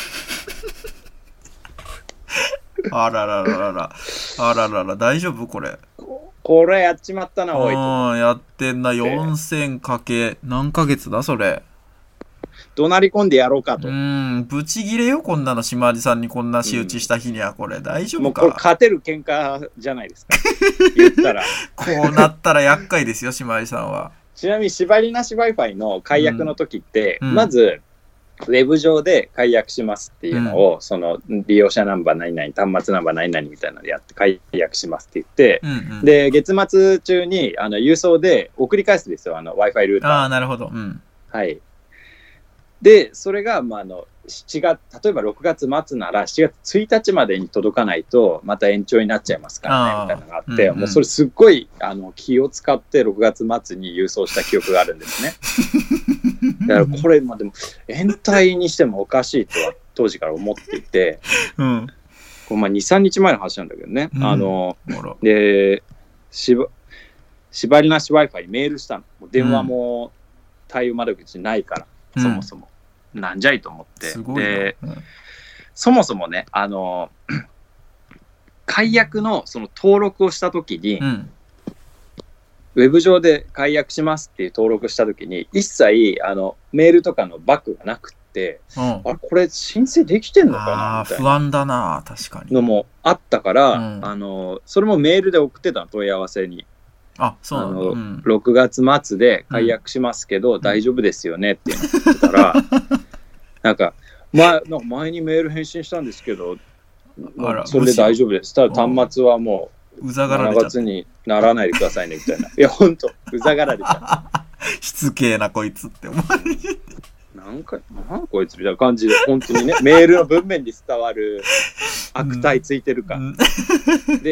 S3: あららららら。あららら、大丈夫これ。
S2: これやっちまったな、おいと。
S3: ああ、やってんな。よんせんかけ何ヶ月だそれ。
S2: 怒鳴り込んでやろうかと。
S3: うーん、ブチギレよ、こんなの。島地さんにこんな仕打ちした日には、これ、うん、大丈夫か。
S2: もうこれ勝てる喧嘩じゃないですか。言ったら。
S3: こうなったら厄介ですよ、島地さんは。
S2: ちなみに、縛りなし Wi-Fi の解約の時って、うん、まず、ウェブ上で解約しますっていうのを、うん、その利用者ナンバー何々、端末ナンバー何々みたいなのでやって解約しますって言って、うんうん、で、月末中にあの郵送で送り返すんですよ、あの Wi-Fi ルーター。
S3: ああ、なるほど。うん、
S2: はい。で、それが、まあ、あのしちがつ、例えばろくがつ末ならしちがつついたちまでに届かないと、また延長になっちゃいますからね、みたいなのがあって、うんうん、もうそれすっごいあの気を使ってろくがつ末に郵送した記憶があるんですね。だからこれ、まあ、でも延滞にしてもおかしいとは当時から思っていて、うん、こうまあに、さんにちまえの話なんだけどね、うん、あのでしば縛りなし Wi-Fi にメールしたの。もう電話も対応窓口ないから、うん、そもそもなんじゃいと思って、で、うん、そもそもね、あの解約のその登録をしたときに、うん、ウェブ上で解約しますっていう登録したときに一切あのメールとかのバックがなくて、うん、あれこれ申請できてんのかなみたいな
S3: 不安だな、確かに
S2: のもあったから、うん、あのそれもメールで送ってたの、問い合わせに。
S3: あ、そうなんだ。
S2: あの、うん、ろくがつ末で解約しますけど、うん、大丈夫ですよねって言ってたら、なんか、ま、なんか前にメール返信したんですけど、それで大丈夫です。ただ端末はもう、
S3: うざがられちゃった。
S2: しちがつにならないでくださいねみたいな。いや、ほんと、うざがられちゃった。
S3: しつけえな、こいつって思われて。
S2: なんか、なんこいつみたいな感じで、本当にね、メールの文面に伝わる悪態ついてるか。うん、で、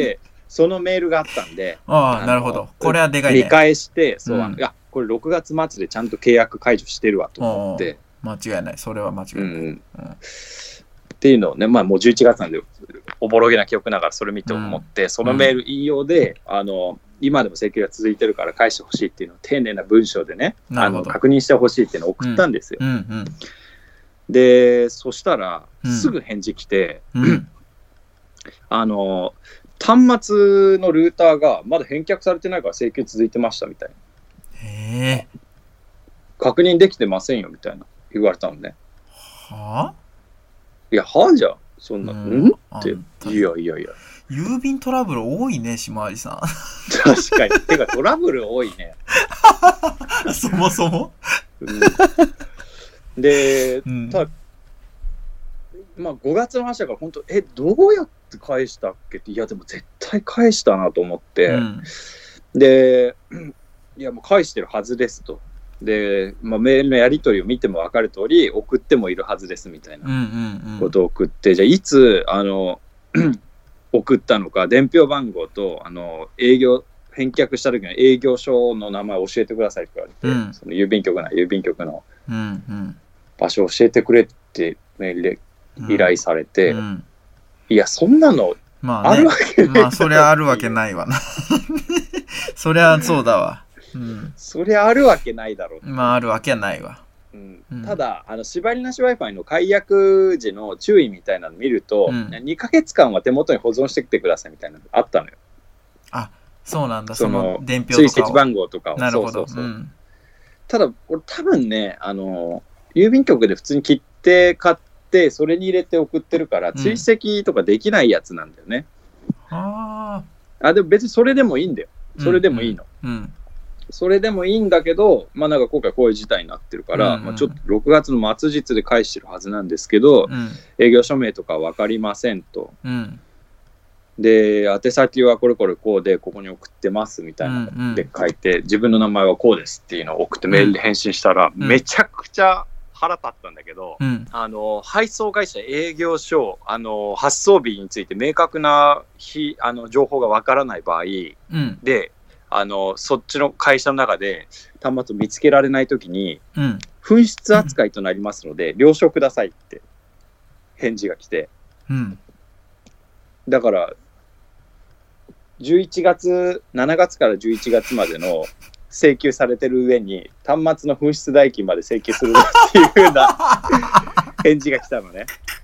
S2: そのメールがあったんで、
S3: ああ、なるほど。これはでかいね。
S2: 見返して、そう、
S3: うん、
S2: あのいや、これろくがつ末でちゃんと契約解除してるわと思って。
S3: 間違いない。それは間違いない。うんうん、
S2: っていうのをね、まあもうじゅういちがつなんで、おぼろげな記憶ながらそれ見て思って、うん、そのメール引用で、あの、今でも請求が続いてるから返してほしいっていうのを丁寧な文章でね、あの確認してほしいっていうのを送ったんですよ。
S3: うんうんうん、
S2: で、そしたら、すぐ返事来て、うん、あの、端末のルーターがまだ返却されてないから請求続いてましたみたいな。
S3: へー。
S2: 確認できてませんよみたいな言われたのね。
S3: はぁ？
S2: いや、はぁじゃん。そんな、うん、んって。いやいやいや。
S3: 郵便トラブル多いね、しまわりさん。
S2: 確かに。てかトラブル多いね。
S3: そもそも、
S2: うん、で、うん、ただ、まあごがつの話だから本当、え、どうやって返したっけって、いやでも絶対返したなと思って、うん、で、いやもう返してるはずですと。で、まあ、メールのやり取りを見ても分かる通り、送ってもいるはずですみたいなことを送って、うんうんうん、じゃあいつ、あの、送ったのか、伝票番号と、あの、営業、返却した時の営業所の名前を教えてくださいって言われて、うん、その郵便局な、郵便局の場所を教えてくれってメールで依頼されて、うんうん、いや、そんなの、
S3: まあね、
S2: あるわけない。
S3: まあ、そりゃあるわけないわな。そりゃそうだわ。うん、
S2: そりゃあるわけないだろう。
S3: まあ、あるわけないわ。
S2: うんうん、ただ、あの縛りなし Wi-Fi の解約時の注意みたいなの見ると、うん、にかげつかんは手元に保存してきてくださいみたいなのがあったのよ。
S3: あ、そうなんだ。その伝票とか
S2: 追跡番号とかを。
S3: なるほど。
S2: そうそうそう、うん、ただ、俺多分ね、あの、郵便局で普通に切手買って、それに入れて送ってるから、追跡とかできないやつなんだよね。
S3: うん、あ
S2: あ。でも別にそれでもいいんだよ。それでもいいの。うん、うんうん、それでもいいんだけど、まあなんか今回こういう事態になってるから、うんうん、まあ、ちょっとろくがつの末日で返してるはずなんですけど、うん、営業署名とか分かりませんと。うん、で、宛先はこれこれこうで、ここに送ってますみたいなので書いて、うんうん、自分の名前はこうですっていうのを送ってメールで返信したら、うん、めちゃくちゃ腹立ったんだけど、うん、あの配送会社営業所、あの発送日について明確な日あの情報が分からない場合、うん、で、あのそっちの会社の中で端末を見つけられないときに、うん、紛失扱いとなりますので、うん、了承くださいって返事が来て、うん、だからじゅういちがつ、しちがつからじゅういちがつまでの請求されてる上に端末の紛失代金まで請求するっていうような返事が来たのね。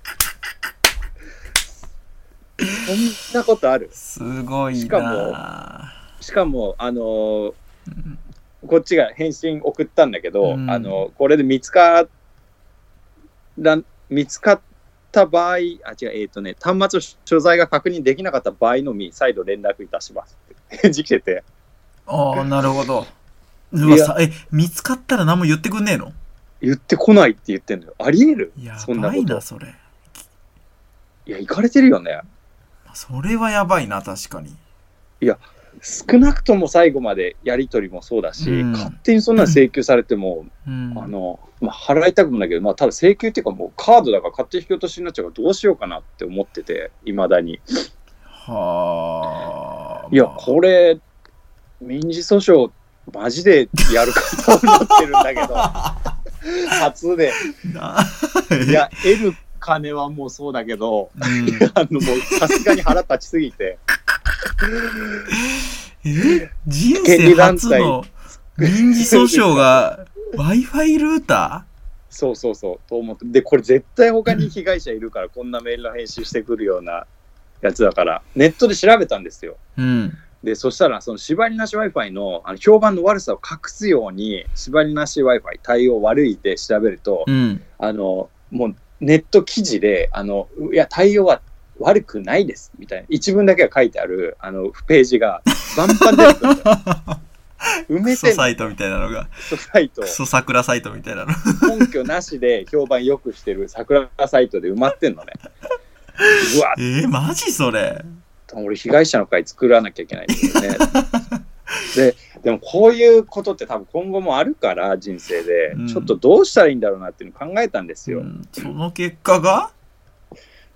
S2: そんなことある？
S3: すごいな。
S2: しかもしかもあのーうん、こっちが返信送ったんだけど、うん、あのこれで見つから見つかった場合、あ違うえっ、ー、とね端末所在が確認できなかった場合のみ再度連絡いたしますって返事来てて。
S3: ああ、なるほど。うわさえ見つかったら何も言ってくんねえの？
S2: 言ってこないって言ってんのよ。ありえる？
S3: や
S2: そんな
S3: ばいなそれ。
S2: いや、行かれてるよね。
S3: それはやばいな、確かに。
S2: いや、少なくとも最後までやり取りもそうだし、うん、勝手にそんな請求されても、うん、あの、まあ、払いたくもないけど、まあ、ただ請求っていうかもうカードだから勝手に引き落としになっちゃうからどうしようかなって思ってて、いまだに。
S3: はあ。
S2: いや、これ、民事訴訟、マジでやるかと思ってるんだけど、初で。いや、得る金はもうそうだけど、うん、あのもうさすがに腹立ちすぎて。
S3: え人生初の民事訴訟が Wi-Fi ルータ
S2: ーそうそうそうと思って、でこれ絶対他に被害者いるから、うん、こんなメールの返信してくるようなやつだからネットで調べたんですよ、うん、でそしたらその縛りなし Wi-Fi の, あの評判の悪さを隠すように縛りなし Wi-Fi 対応悪いで調べると、うん、あのもうネット記事であのいや対応は悪くないですみたいな一文だけが書いてあるあのページがバンバン出てくるんだよ。埋めてんの。ク
S3: ソサイトみたいなのが。
S2: クソサイト。
S3: クソ桜サイトみたいなの。
S2: 根拠なしで評判良くしてる桜サイトで埋まってんのね。うわ。
S3: えー、マジそれ。
S2: 俺被害者の会作らなきゃいけないんですよね。で、でもこういうことって多分今後もあるから人生で、うん、ちょっとどうしたらいいんだろうなっていうのを考えたんですよ。うん、
S3: その結果が？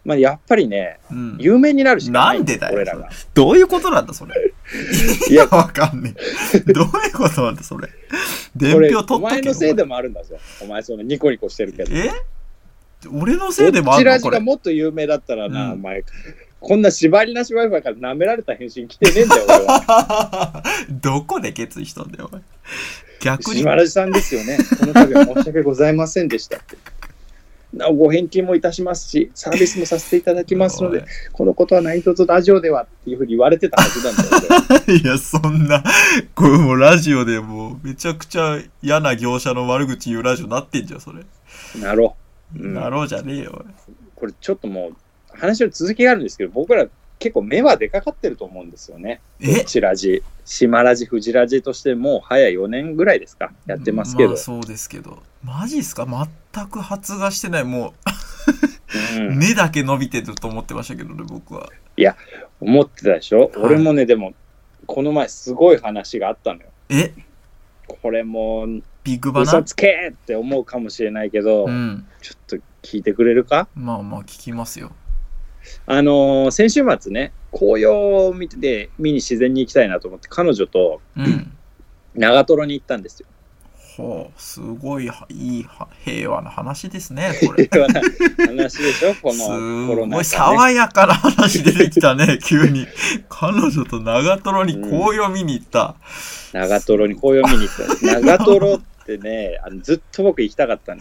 S2: まあ、やっぱりね、
S3: うん、
S2: 有名になるしかない。
S3: なんでだよ。
S2: 俺らが。
S3: どういうことなんだ、それ。いや、わかんねえ。どういうことなんだ、それ。伝票取っとけよ。
S2: お前のせいでもあるんだぞ。お前、そのニコニコしてるけど。
S3: え俺のせいでもあるのこれ。
S2: こちらじがもっと有名だったらな、うん、お前。こんな縛りなし Wi-Fi から舐められた返信来てねえんだよ、俺は。
S3: どこで決意したんだよ、お前。逆に。
S2: 島ラジさんですよね。この度は申し訳ございませんでしたって。なおご返金もいたしますし、サービスもさせていただきますので、このことは何卒ラジオではっていうふうに言われてたはずなんだよ。
S3: いや、そんな、これもうラジオでもうめちゃくちゃ嫌な業者の悪口言うラジオになってんじゃん、それ。
S2: なろう。
S3: うん、なろうじゃねえよ。
S2: これちょっともう、話の続きがあるんですけど、僕ら結構目はでかかってると思うんですよね。どっちラジ、島ラジ、フジラジとしてもう早よねんぐらいですか、やってますけど。
S3: まあそうですけど。マジっすか？全く発芽してない。もう、うん、根だけ伸びてると思ってましたけどね、僕は。
S2: いや、思ってたでしょ、はい、俺もね、でも、この前すごい話があったのよ。
S3: え
S2: これもう、
S3: ビッグバナ
S2: 嘘つけって思うかもしれないけど、うん、ちょっと聞いてくれるか？
S3: まあまあ聞きますよ。
S2: あのー、先週末ね、紅葉を見て見に自然に行きたいなと思って彼女と、うん、長瀞に行ったんですよ。
S3: ほう、すごいいい平和な話ですね、これ。
S2: 平和な話でしょ、このコロナ禍、ね、
S3: すごい爽やかな話出てきたね、急に。彼女と長瀞に紅葉見に行った。
S2: うん、長瀞に紅葉見に行った。長瀞ってね、あのずっと僕行きたかったんです。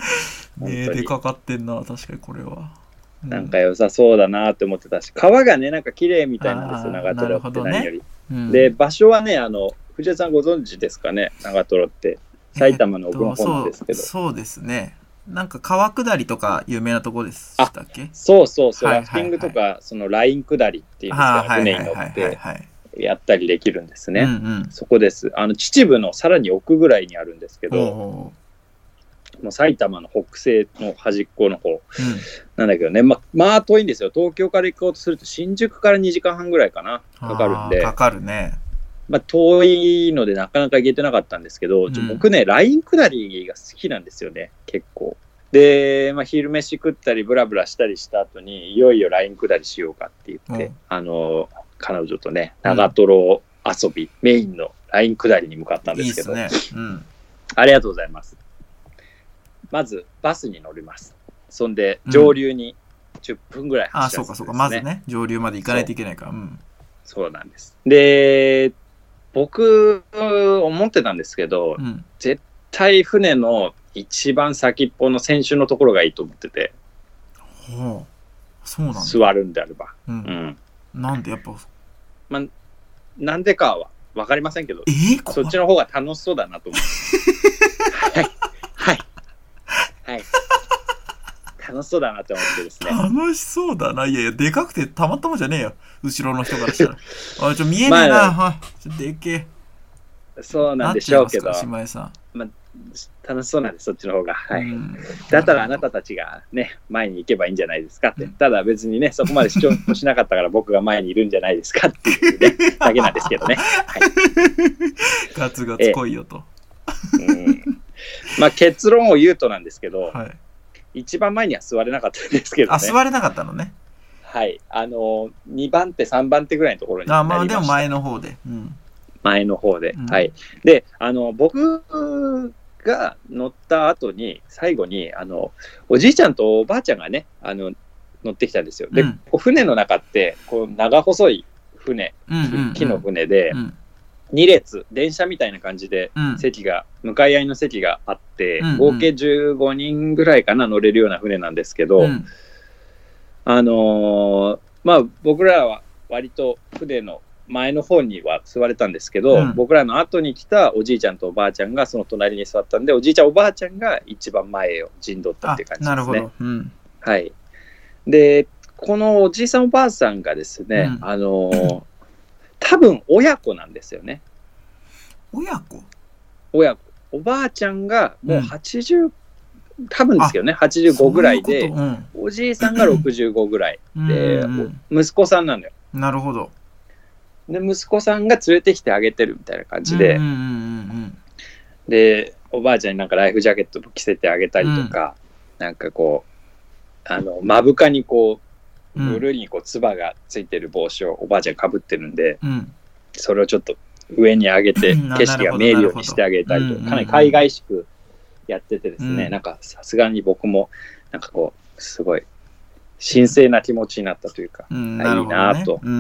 S3: ねえ、出かかってんな、確かにこれは。
S2: なんか良さそうだなって思ってたし、川がね、なんか綺麗みたいなんですよ、長瀞って何より。ねうん、で、場所はね、あの、藤田さんご存知ですかね、長瀞って。埼玉の奥の方なんですけど、
S3: えー、そう、そうですね。なんか川下りとか有名なところでしたっけ？
S2: そうそうそう、はいはいはい、ラフティングとか、そのライン下りっていうんですか、船に乗ってやったりできるんですね。うんうん、そこです。あの秩父のさらに奥ぐらいにあるんですけど、もう埼玉の北西の端っこの方、うん、なんだけどね、ま、まあ遠いんですよ。東京から行こうとすると新宿からにじかんはんぐらいかな、かかるんで。
S3: かかるね。
S2: まあ、遠いのでなかなか行けてなかったんですけど、うん、僕ね、ライン下りが好きなんですよね、結構。で、まあ、昼飯食ったりブラブラしたりした後に、いよいよライン下りしようかって言って、うん、あの、彼女とね、長瀞遊び、うん、メインのライン下りに向かったんですけど、いいっすね。うん、ありがとうございます。まず、バスに乗ります。そんで、上流にじゅっぷんぐらい走らせて、ね、
S3: あ、そうかそうか、まずね、上流まで行かないといけないから。そう、うん、
S2: そうなんです。で、僕思ってたんですけど、うん、絶対船の一番先っぽの船首のところがいいと思ってて、
S3: はあ、そうなんだ。
S2: 座るんであれば、
S3: うんうん、なんでやっぱ、
S2: まあ、なんでかは分かりませんけど、
S3: えー、
S2: そっちの方が楽しそうだなと思ってはいはいはい楽しそうだなって思ってですね。
S3: 楽しそうだな。いやいや、でかくてたまったもんじゃねえよ。後ろの人からしたら。あ、ちょ、見えねえな。まあ、ちょっとでけ
S2: え。そうなんでしょうけど。
S3: 島江さん。
S2: まあ、楽しそうなんです、そっちの方が。はい。だったらあなたたちがね、前に行けばいいんじゃないですかって。ただ別にね、そこまで主張しなかったから僕が前にいるんじゃないですかっていうね、だけなんですけどね。はい。
S3: ガツガツ来いよと。
S2: うん、まあ結論を言うとなんですけど、
S3: はい、
S2: 一番前には座れなかったんですけどね。
S3: あ、座れなかったのね。
S2: はい。あの、にばん手、さんばん手ぐらいのところになりました。
S3: あ、まあでも前の方で。うん、
S2: 前の方で、
S3: うん。
S2: はい。で、あの、僕が乗った後に、最後に、あの、おじいちゃんとおばあちゃんがね、あの、乗ってきたんですよ。で、うん、こう船の中って、こう、長細い船、
S3: うんうんうん、
S2: 木の船で、うん、に列、電車みたいな感じで席が、うん、向かい合いの席があって、うんうん、合計じゅうごにんぐらいかな乗れるような船なんですけど、うん、あのー、まあ僕らは割と船の前の方には座れたんですけど、うん、僕らの後に来たおじいちゃんとおばあちゃんがその隣に座ったんで、おじいちゃんおばあちゃんが一番前を陣取ったっていう感じですね。
S3: なるほど、うん、
S2: はい。で、このおじいさんおばあさんがですね、うん、あのー多分親子なんですよね。
S3: 親子
S2: 親子。おばあちゃんがもうはちじゅう、うん、多分ですけどね、はちじゅうごぐらいで、うううん、おじいさんがろくじゅうごぐらいで、うんうん、息子さんなのよ。
S3: なるほど。
S2: で、息子さんが連れてきてあげてるみたいな感じで、
S3: うんうんうんうん、
S2: で、おばあちゃんになんかライフジャケット着せてあげたりとか、うん、なんかこう、あの、目深にこう、 ブルーにこうつばがついてる帽子をおばあちゃんかぶってるんで、
S3: うん、
S2: それをちょっと上に上げて景色が見えるようにしてあげたりとか、かなり海外しくやっててですね、うん、なんかさすがに僕もなんかこうすごい神聖な気持ちになったというか、うん、いいなと、うんうん、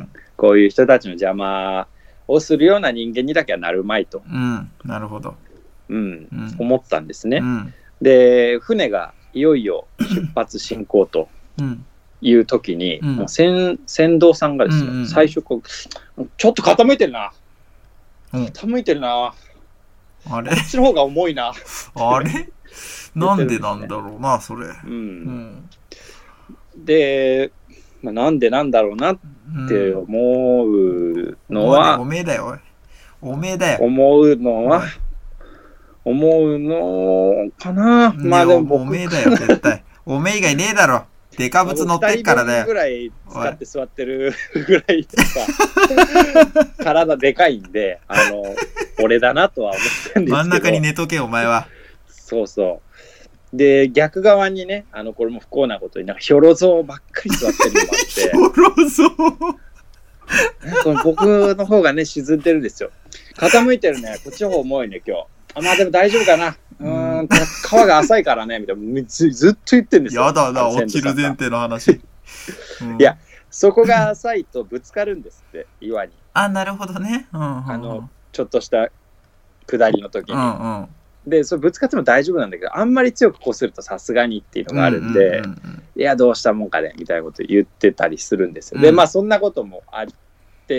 S2: こういう人たちの邪魔をするような人間にだけはなるまいと、
S3: うん、なるほど、
S2: うんうん、思ったんですね、うん、で船がいよいよ出発進行という時に、うん、もう 船, 船頭さんがですね、うんうん、最初こうちょっと傾いてるな、うん、傾いてるな、
S3: あれ
S2: こっちの方が重いな
S3: あれなんでなんだろうなそれ、うん
S2: うん、で、まあ、なんでなんだろうなって思うのは、
S3: うん、おめえだよおめえだよ
S2: 思うのは思うのかな、まあでも僕
S3: おめえだよ絶対おめえ以外ねえだろ、デカブツ乗ってっからだよ。
S2: ふたりぶんぐらい使って座ってるぐらいとか体でかいんで、あの俺だなとは思ってるんですけど、
S3: 真ん中に寝とけお前は。そう
S2: そうで逆側にね、あのこれも不幸なことになんかヒョロゾウばっかり座ってるのもあって
S3: ヒョロゾウ
S2: これ僕の方がね沈んでるんですよ。傾いてるね、こっちの方重いね今日。あ、まあでも大丈夫かな、うーん、川が浅いからねみたいな ず, ずっと言ってるんですよ。
S3: やだな、落ちる前提の話、
S2: うん、いやそこが浅いとぶつかるんですって岩に。
S3: あ、なるほどね、うんうんうん、
S2: あのちょっとした下りの時に、うんうん、でそれぶつかっても大丈夫なんだけど、あんまり強くこするとさすがにっていうのがあるんで、うんうんうんうん、いやどうしたもんかねみたいなこと言ってたりするんですよ、うん、でまあそんなこともあって、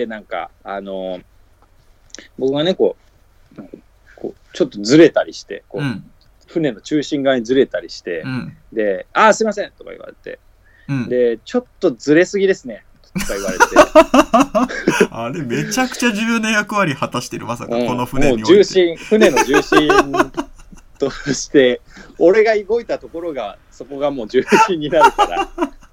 S2: なんかあの僕がねこうこうちょっとずれたりしてこう、うん、船の中心側にずれたりして、うん、で「あーすいません」とか言われて、うん、でちょっとずれすぎですねとか言われて
S3: あれめちゃくちゃ重要な役割果たしてる、まさか、うん、この船において
S2: もう重心、船の重心として俺が動いたところがそこがもう重心になるから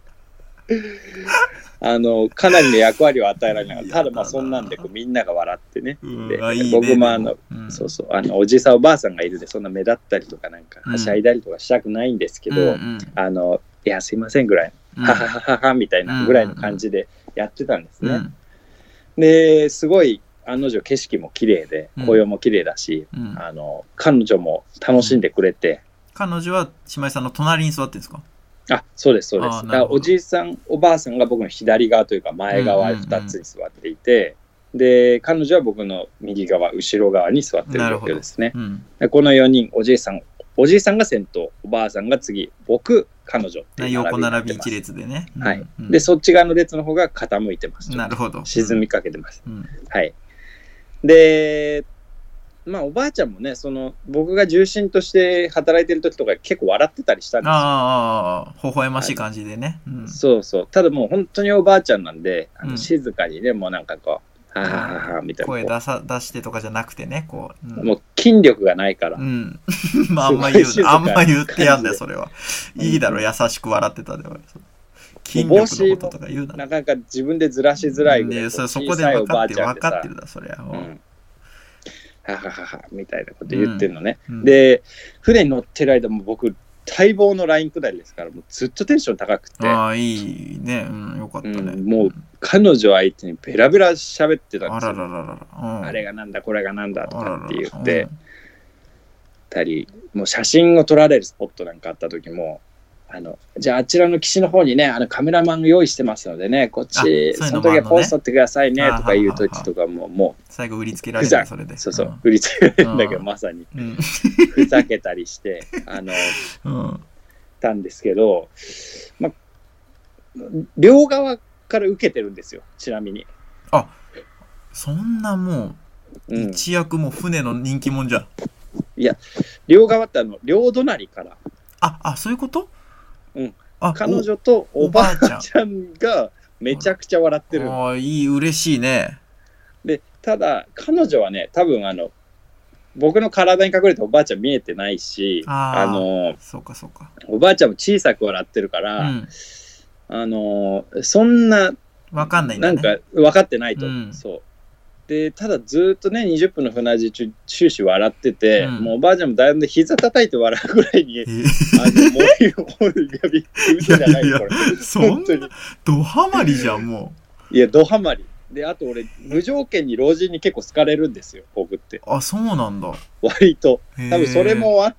S2: あのかなりの役割を与えられながら、ただまあそんなんでこうみんなが笑ってね、うん、でいいね、僕もあの、うん、そうそうあのおじいさんおばあさんがいるんでそんな目立ったりとかなんかはしゃいだりとかしたくないんですけど、うんうん、あのいやすいませんぐらい、うん、はははははみたいなぐらいの感じでやってたんですね、うん、ですごい案の定景色も綺麗で紅葉も綺麗だし、うん、あの彼女も楽しんでくれて、
S3: うん、彼女は姉妹さんの隣に座ってるんですか？
S2: あ、そうですそうです。だからおじいさんおばあさんが僕の左側というか前側ふたつに座っていて、うんうんうん、で彼女は僕の右側後ろ側に座ってるわけですね、うん、でこのよにん、おじいさんおじいさんが先頭、おばあさんが次、僕彼女っていう並びになってます。横並び一列でね、うん、はい、うん、でそっち側の列の方が傾いてます。
S3: なるほど、
S2: 沈みかけてます、うん、はいでまあおばあちゃんもね、その僕が重心として働いてる時とか結構笑ってたりしたんですよ。
S3: ああ、微笑ましい感じでね、
S2: うん、そうそう。ただもう本当におばあちゃんなんで、あの静かにね、うん、もうなんかこうははははみたいな
S3: 声出さ出してとかじゃなくてね、こう、
S2: うん、もう筋力がないから、
S3: うん、まああんま言うあんま言ってやんだよそれは。いいだろ、優しく笑ってたで。
S2: 筋力のこととか言うな。なかなか自分でずらしづらいぐらい、
S3: うん、そ, そこで分かって分かってるだそれは。うん
S2: ははははみたいなこと言ってるのね、うんうん、で船に乗ってる間も僕待望のライン下りですからもうずっとテンション高くて、
S3: ああいいね、うん、よかったね、う
S2: ん、もう彼女相手にベラベラ喋ってたんですよ。
S3: あらららら、うん、
S2: あれがなんだこれがなんだとかって言ってたり、もう写真を撮られるスポットなんかあった時も、あのじゃああちらの岸の方にねあのカメラマン用意してますのでね、こっち そ, のその時はポン撮ってくださいねとかいう時とかももう
S3: 最後売りつけられる、それで
S2: そうそう、うん、売りつけられるんだけど、まさに、うん、ふざけたりしてあの、うん、たんですけど、ま、両側から受けてるんですよ、ちなみに。
S3: あ、そんなもう一躍も船の人気者じゃん、うん、
S2: いや両側ってあの両隣から
S3: ああそういうこと、
S2: うん、彼女とおばあちゃんがめちゃくちゃ笑ってる。
S3: ああいい、嬉しいね。
S2: でただ彼女はね多分あの僕の体に隠れておばあちゃん見えてないし、あ
S3: あのそうかそうか、
S2: おばあちゃんも小さく笑ってるから、うん、あのそんな
S3: 分かんないんだね、
S2: なんか分かってないと、うん、そでただずっとねにじゅっぷんの船事中終始笑ってて、
S3: うん、
S2: もうおばあちゃんもだいぶ膝叩いて笑うぐらいに、えー、あのもうもういやびっくり嘘じゃないよこれ
S3: そんなドハマりじゃんも
S2: ういやドハマりであと俺無条件に老人に結構好かれるんですよ僕って。
S3: あそうなんだ。
S2: 割と多分それもあって、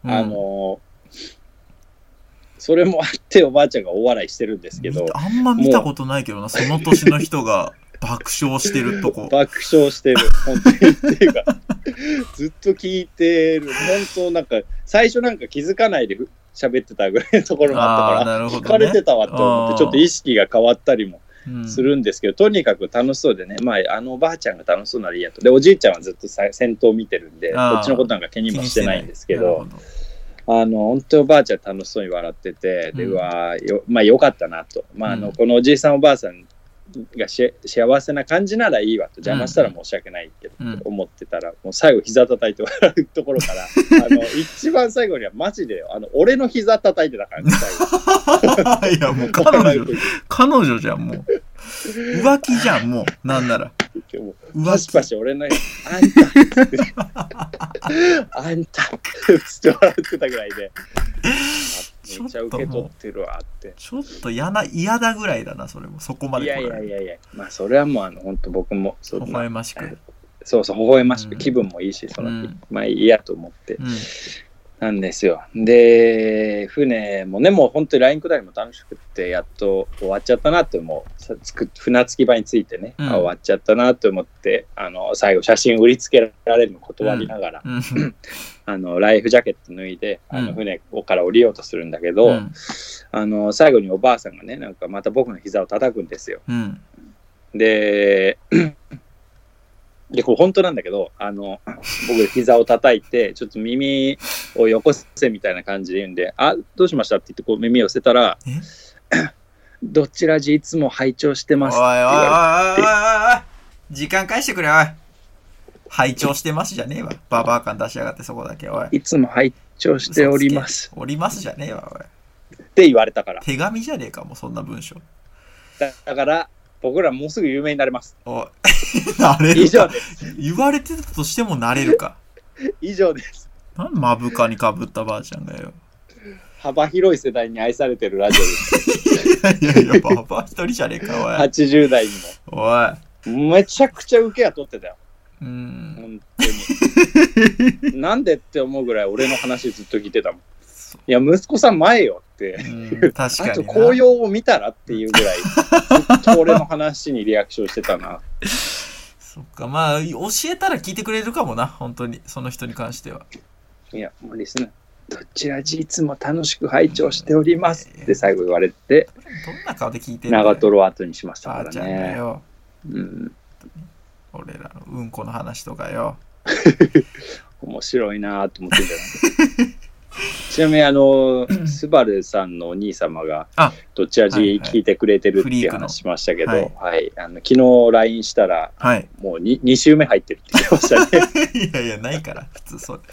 S2: あの、うん、それもあっておばあちゃんが大笑いしてるんですけど、
S3: あんま見たことないけどなその年の人が爆笑してるとこ
S2: 爆笑してる本当にっていうかずっと聞いてる本当なんか最初なんか気づかないで喋ってたぐらいのところもあったから、ね、聞かれてたわと思ってちょっと意識が変わったりもするんですけど、うん、とにかく楽しそうでね、まあ、あのおばあちゃんが楽しそうならいいやと。でおじいちゃんはずっと先頭を見てるんでこっちのことなんか気にもしてないんですけど、あの本当におばあちゃん楽しそうに笑ってて、で、うん、うわよまあよかったなと、まあ、あのこのおじいさんおばあさんがし幸せな感じならいいわと、邪魔したら申し訳ないけど、うん、と思ってたらもう最後膝叩いて笑うところからあの一番最後にはマジであの俺の膝叩いてた感じ最後い
S3: やもう彼女彼女じゃんもう浮気じゃんもうなんなら
S2: パシパシ俺のあんたってあんたってずっと笑ってたぐらいでめっちゃ受け取ってるわって。
S3: ちょっと嫌な嫌だぐらいだなそれもそこまで。
S2: いやいやいやいやまあそれはもうあの本当僕も
S3: 微笑ましく
S2: そうそう微笑ましく、うん、気分もいいしその日、うん、まあいいやと思って、うん、なんですよ。で船もねもう本当にライン下りも楽しくってやっと終わっちゃったなって思う船着き場についてね、うん、あ終わっちゃったなと思ってあの最後写真売りつけられるの断りながら、うん、あのライフジャケット脱いであの船から降りようとするんだけど、うん、あの最後におばあさんがねなんかまた僕の膝を叩くんですよ、うん、ででこれ本当なんだけどあの僕膝を叩いてちょっと耳をよこせみたいな感じで言うんであどうしましたって言ってこう耳を寄せたらどちらじいつも拝聴してますって言われて、おいおいおいおいおい
S3: 時間返してくれおい拝聴してますじゃねえわババア感出しやがってそこだけおい
S2: いつも拝聴しております
S3: おりますじゃねえわおい
S2: って言われたから
S3: 手紙じゃねえかもうそんな文章
S2: だ, だから僕らもうすぐ有名になれます。
S3: おなれるか
S2: 以上です
S3: 言われてたとしてもなれるか
S2: 以上です。
S3: なん目深にかぶったばあちゃんがよ
S2: 幅広い世代に愛されてるラジオです
S3: いやいやいやババア一人じゃねえかおい
S2: はちじゅう代に
S3: もお
S2: いめちゃくちゃ受けは取ってたよ。うーん本当になんでって思うぐらい俺の話ずっと聞いてたもん。いや息子さん前よって
S3: うん確かにあ
S2: と紅葉を見たらっていうぐらいずっと俺の話にリアクションしてたな
S3: そっかまあ教えたら聞いてくれるかもな本当にその人に関しては。
S2: いやもうリスナーどちらじいつも楽しく拝聴しておりますって最後言われて
S3: どんな顔で聞いてるの
S2: 長瀞を後にしましたからね。
S3: あーちゃんだよ、
S2: うん、
S3: 俺らのうんこの話とかよ
S2: 面白いなと思ってんじゃないちなみにあのスバルさんのお兄様がどちらじ聞いてくれてるっていう話しましたけど、はいはいはい、あの昨日 ライン したら、はい、もう 2, 2週目入ってるって言ってましたね
S3: いやいやないから普通それ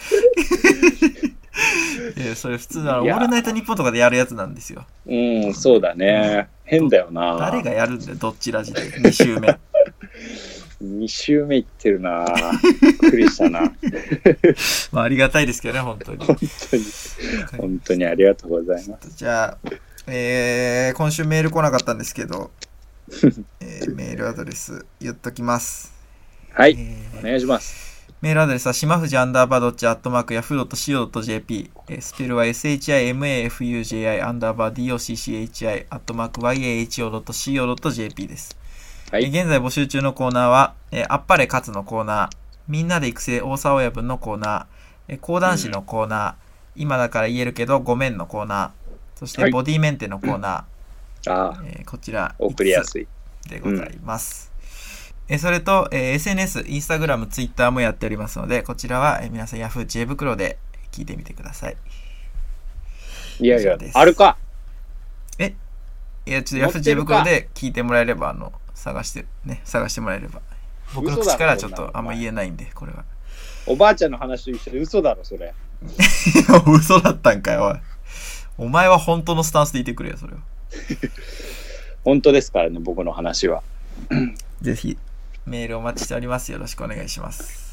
S3: いやそれ普通なのオールナイトニッポンとかでやるやつなんですよ。
S2: うんそうだね、うん、変だよな。
S3: 誰がやるんだよどっちラジでに週目
S2: に週目いってるなびっくりしたな
S3: まあありがたいですけどね本当に
S2: 本当に本当にありがとうございます。
S3: じゃあ、えー、今週メール来なかったんですけど、えー、メールアドレス言っときます。
S2: はい、えー、お願いします。
S3: メールアドレスはしまふじアンダーバードッチアットマークヤフー .co.jp、えー、スペルは シマアンダーバー ドッチアットマーク ヤホー.co.jp です。はい、現在募集中のコーナーは、えー、あっぱれ勝つのコーナー、みんなで育成大沢親分のコーナー、えー、講談師のコーナー、うん、今だから言えるけどごめんのコーナー、そしてボディメンテのコーナー、はいあえー、こちら
S2: 送りやすい
S3: でございます。うん、えー、それと、えー、エスエヌエス、インスタグラム、ツイッターもやっておりますので、こちらは、えー、皆さん Yahoo 知恵袋で聞いてみてください。
S2: いやいや、あるか
S3: えいや、ちょっと Yahoo 知恵袋で聞いてもらえれば、あの、探してね探してもらえれば僕の口からちょっとあんま言えないんでこれは
S2: おばあちゃんの話と一緒で嘘だろそれ
S3: 嘘だったんかよおいお前は本当のスタンスでいてくれよそれは
S2: 本当ですからね僕の話は
S3: ぜひメールお待ちしております。よろしくお願いします。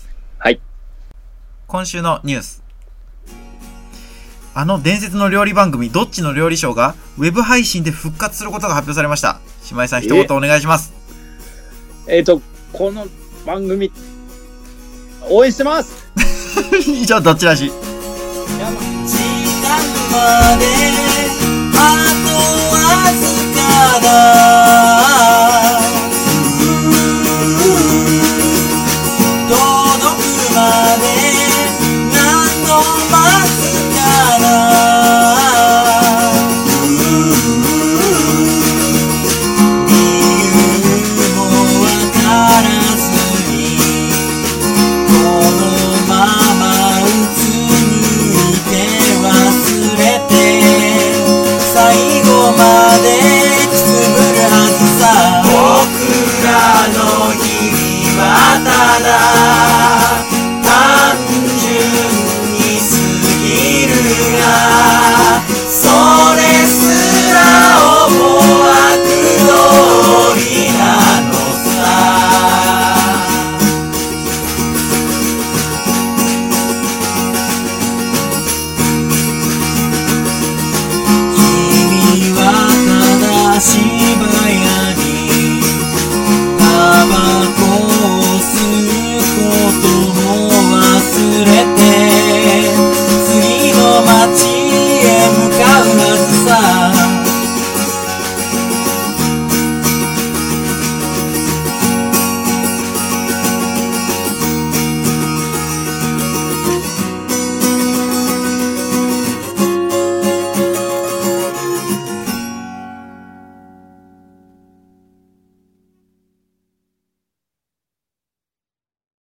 S2: はい。
S3: 今週のニュース。あの伝説の料理番組、どっちの料理ショーがウェブ配信で復活することが発表されました。島井さん、一言お願いします。
S2: えっ、ー、と、この番組、応援してます。
S3: 以上、どっちらし。
S4: 時間まであとわずかだ。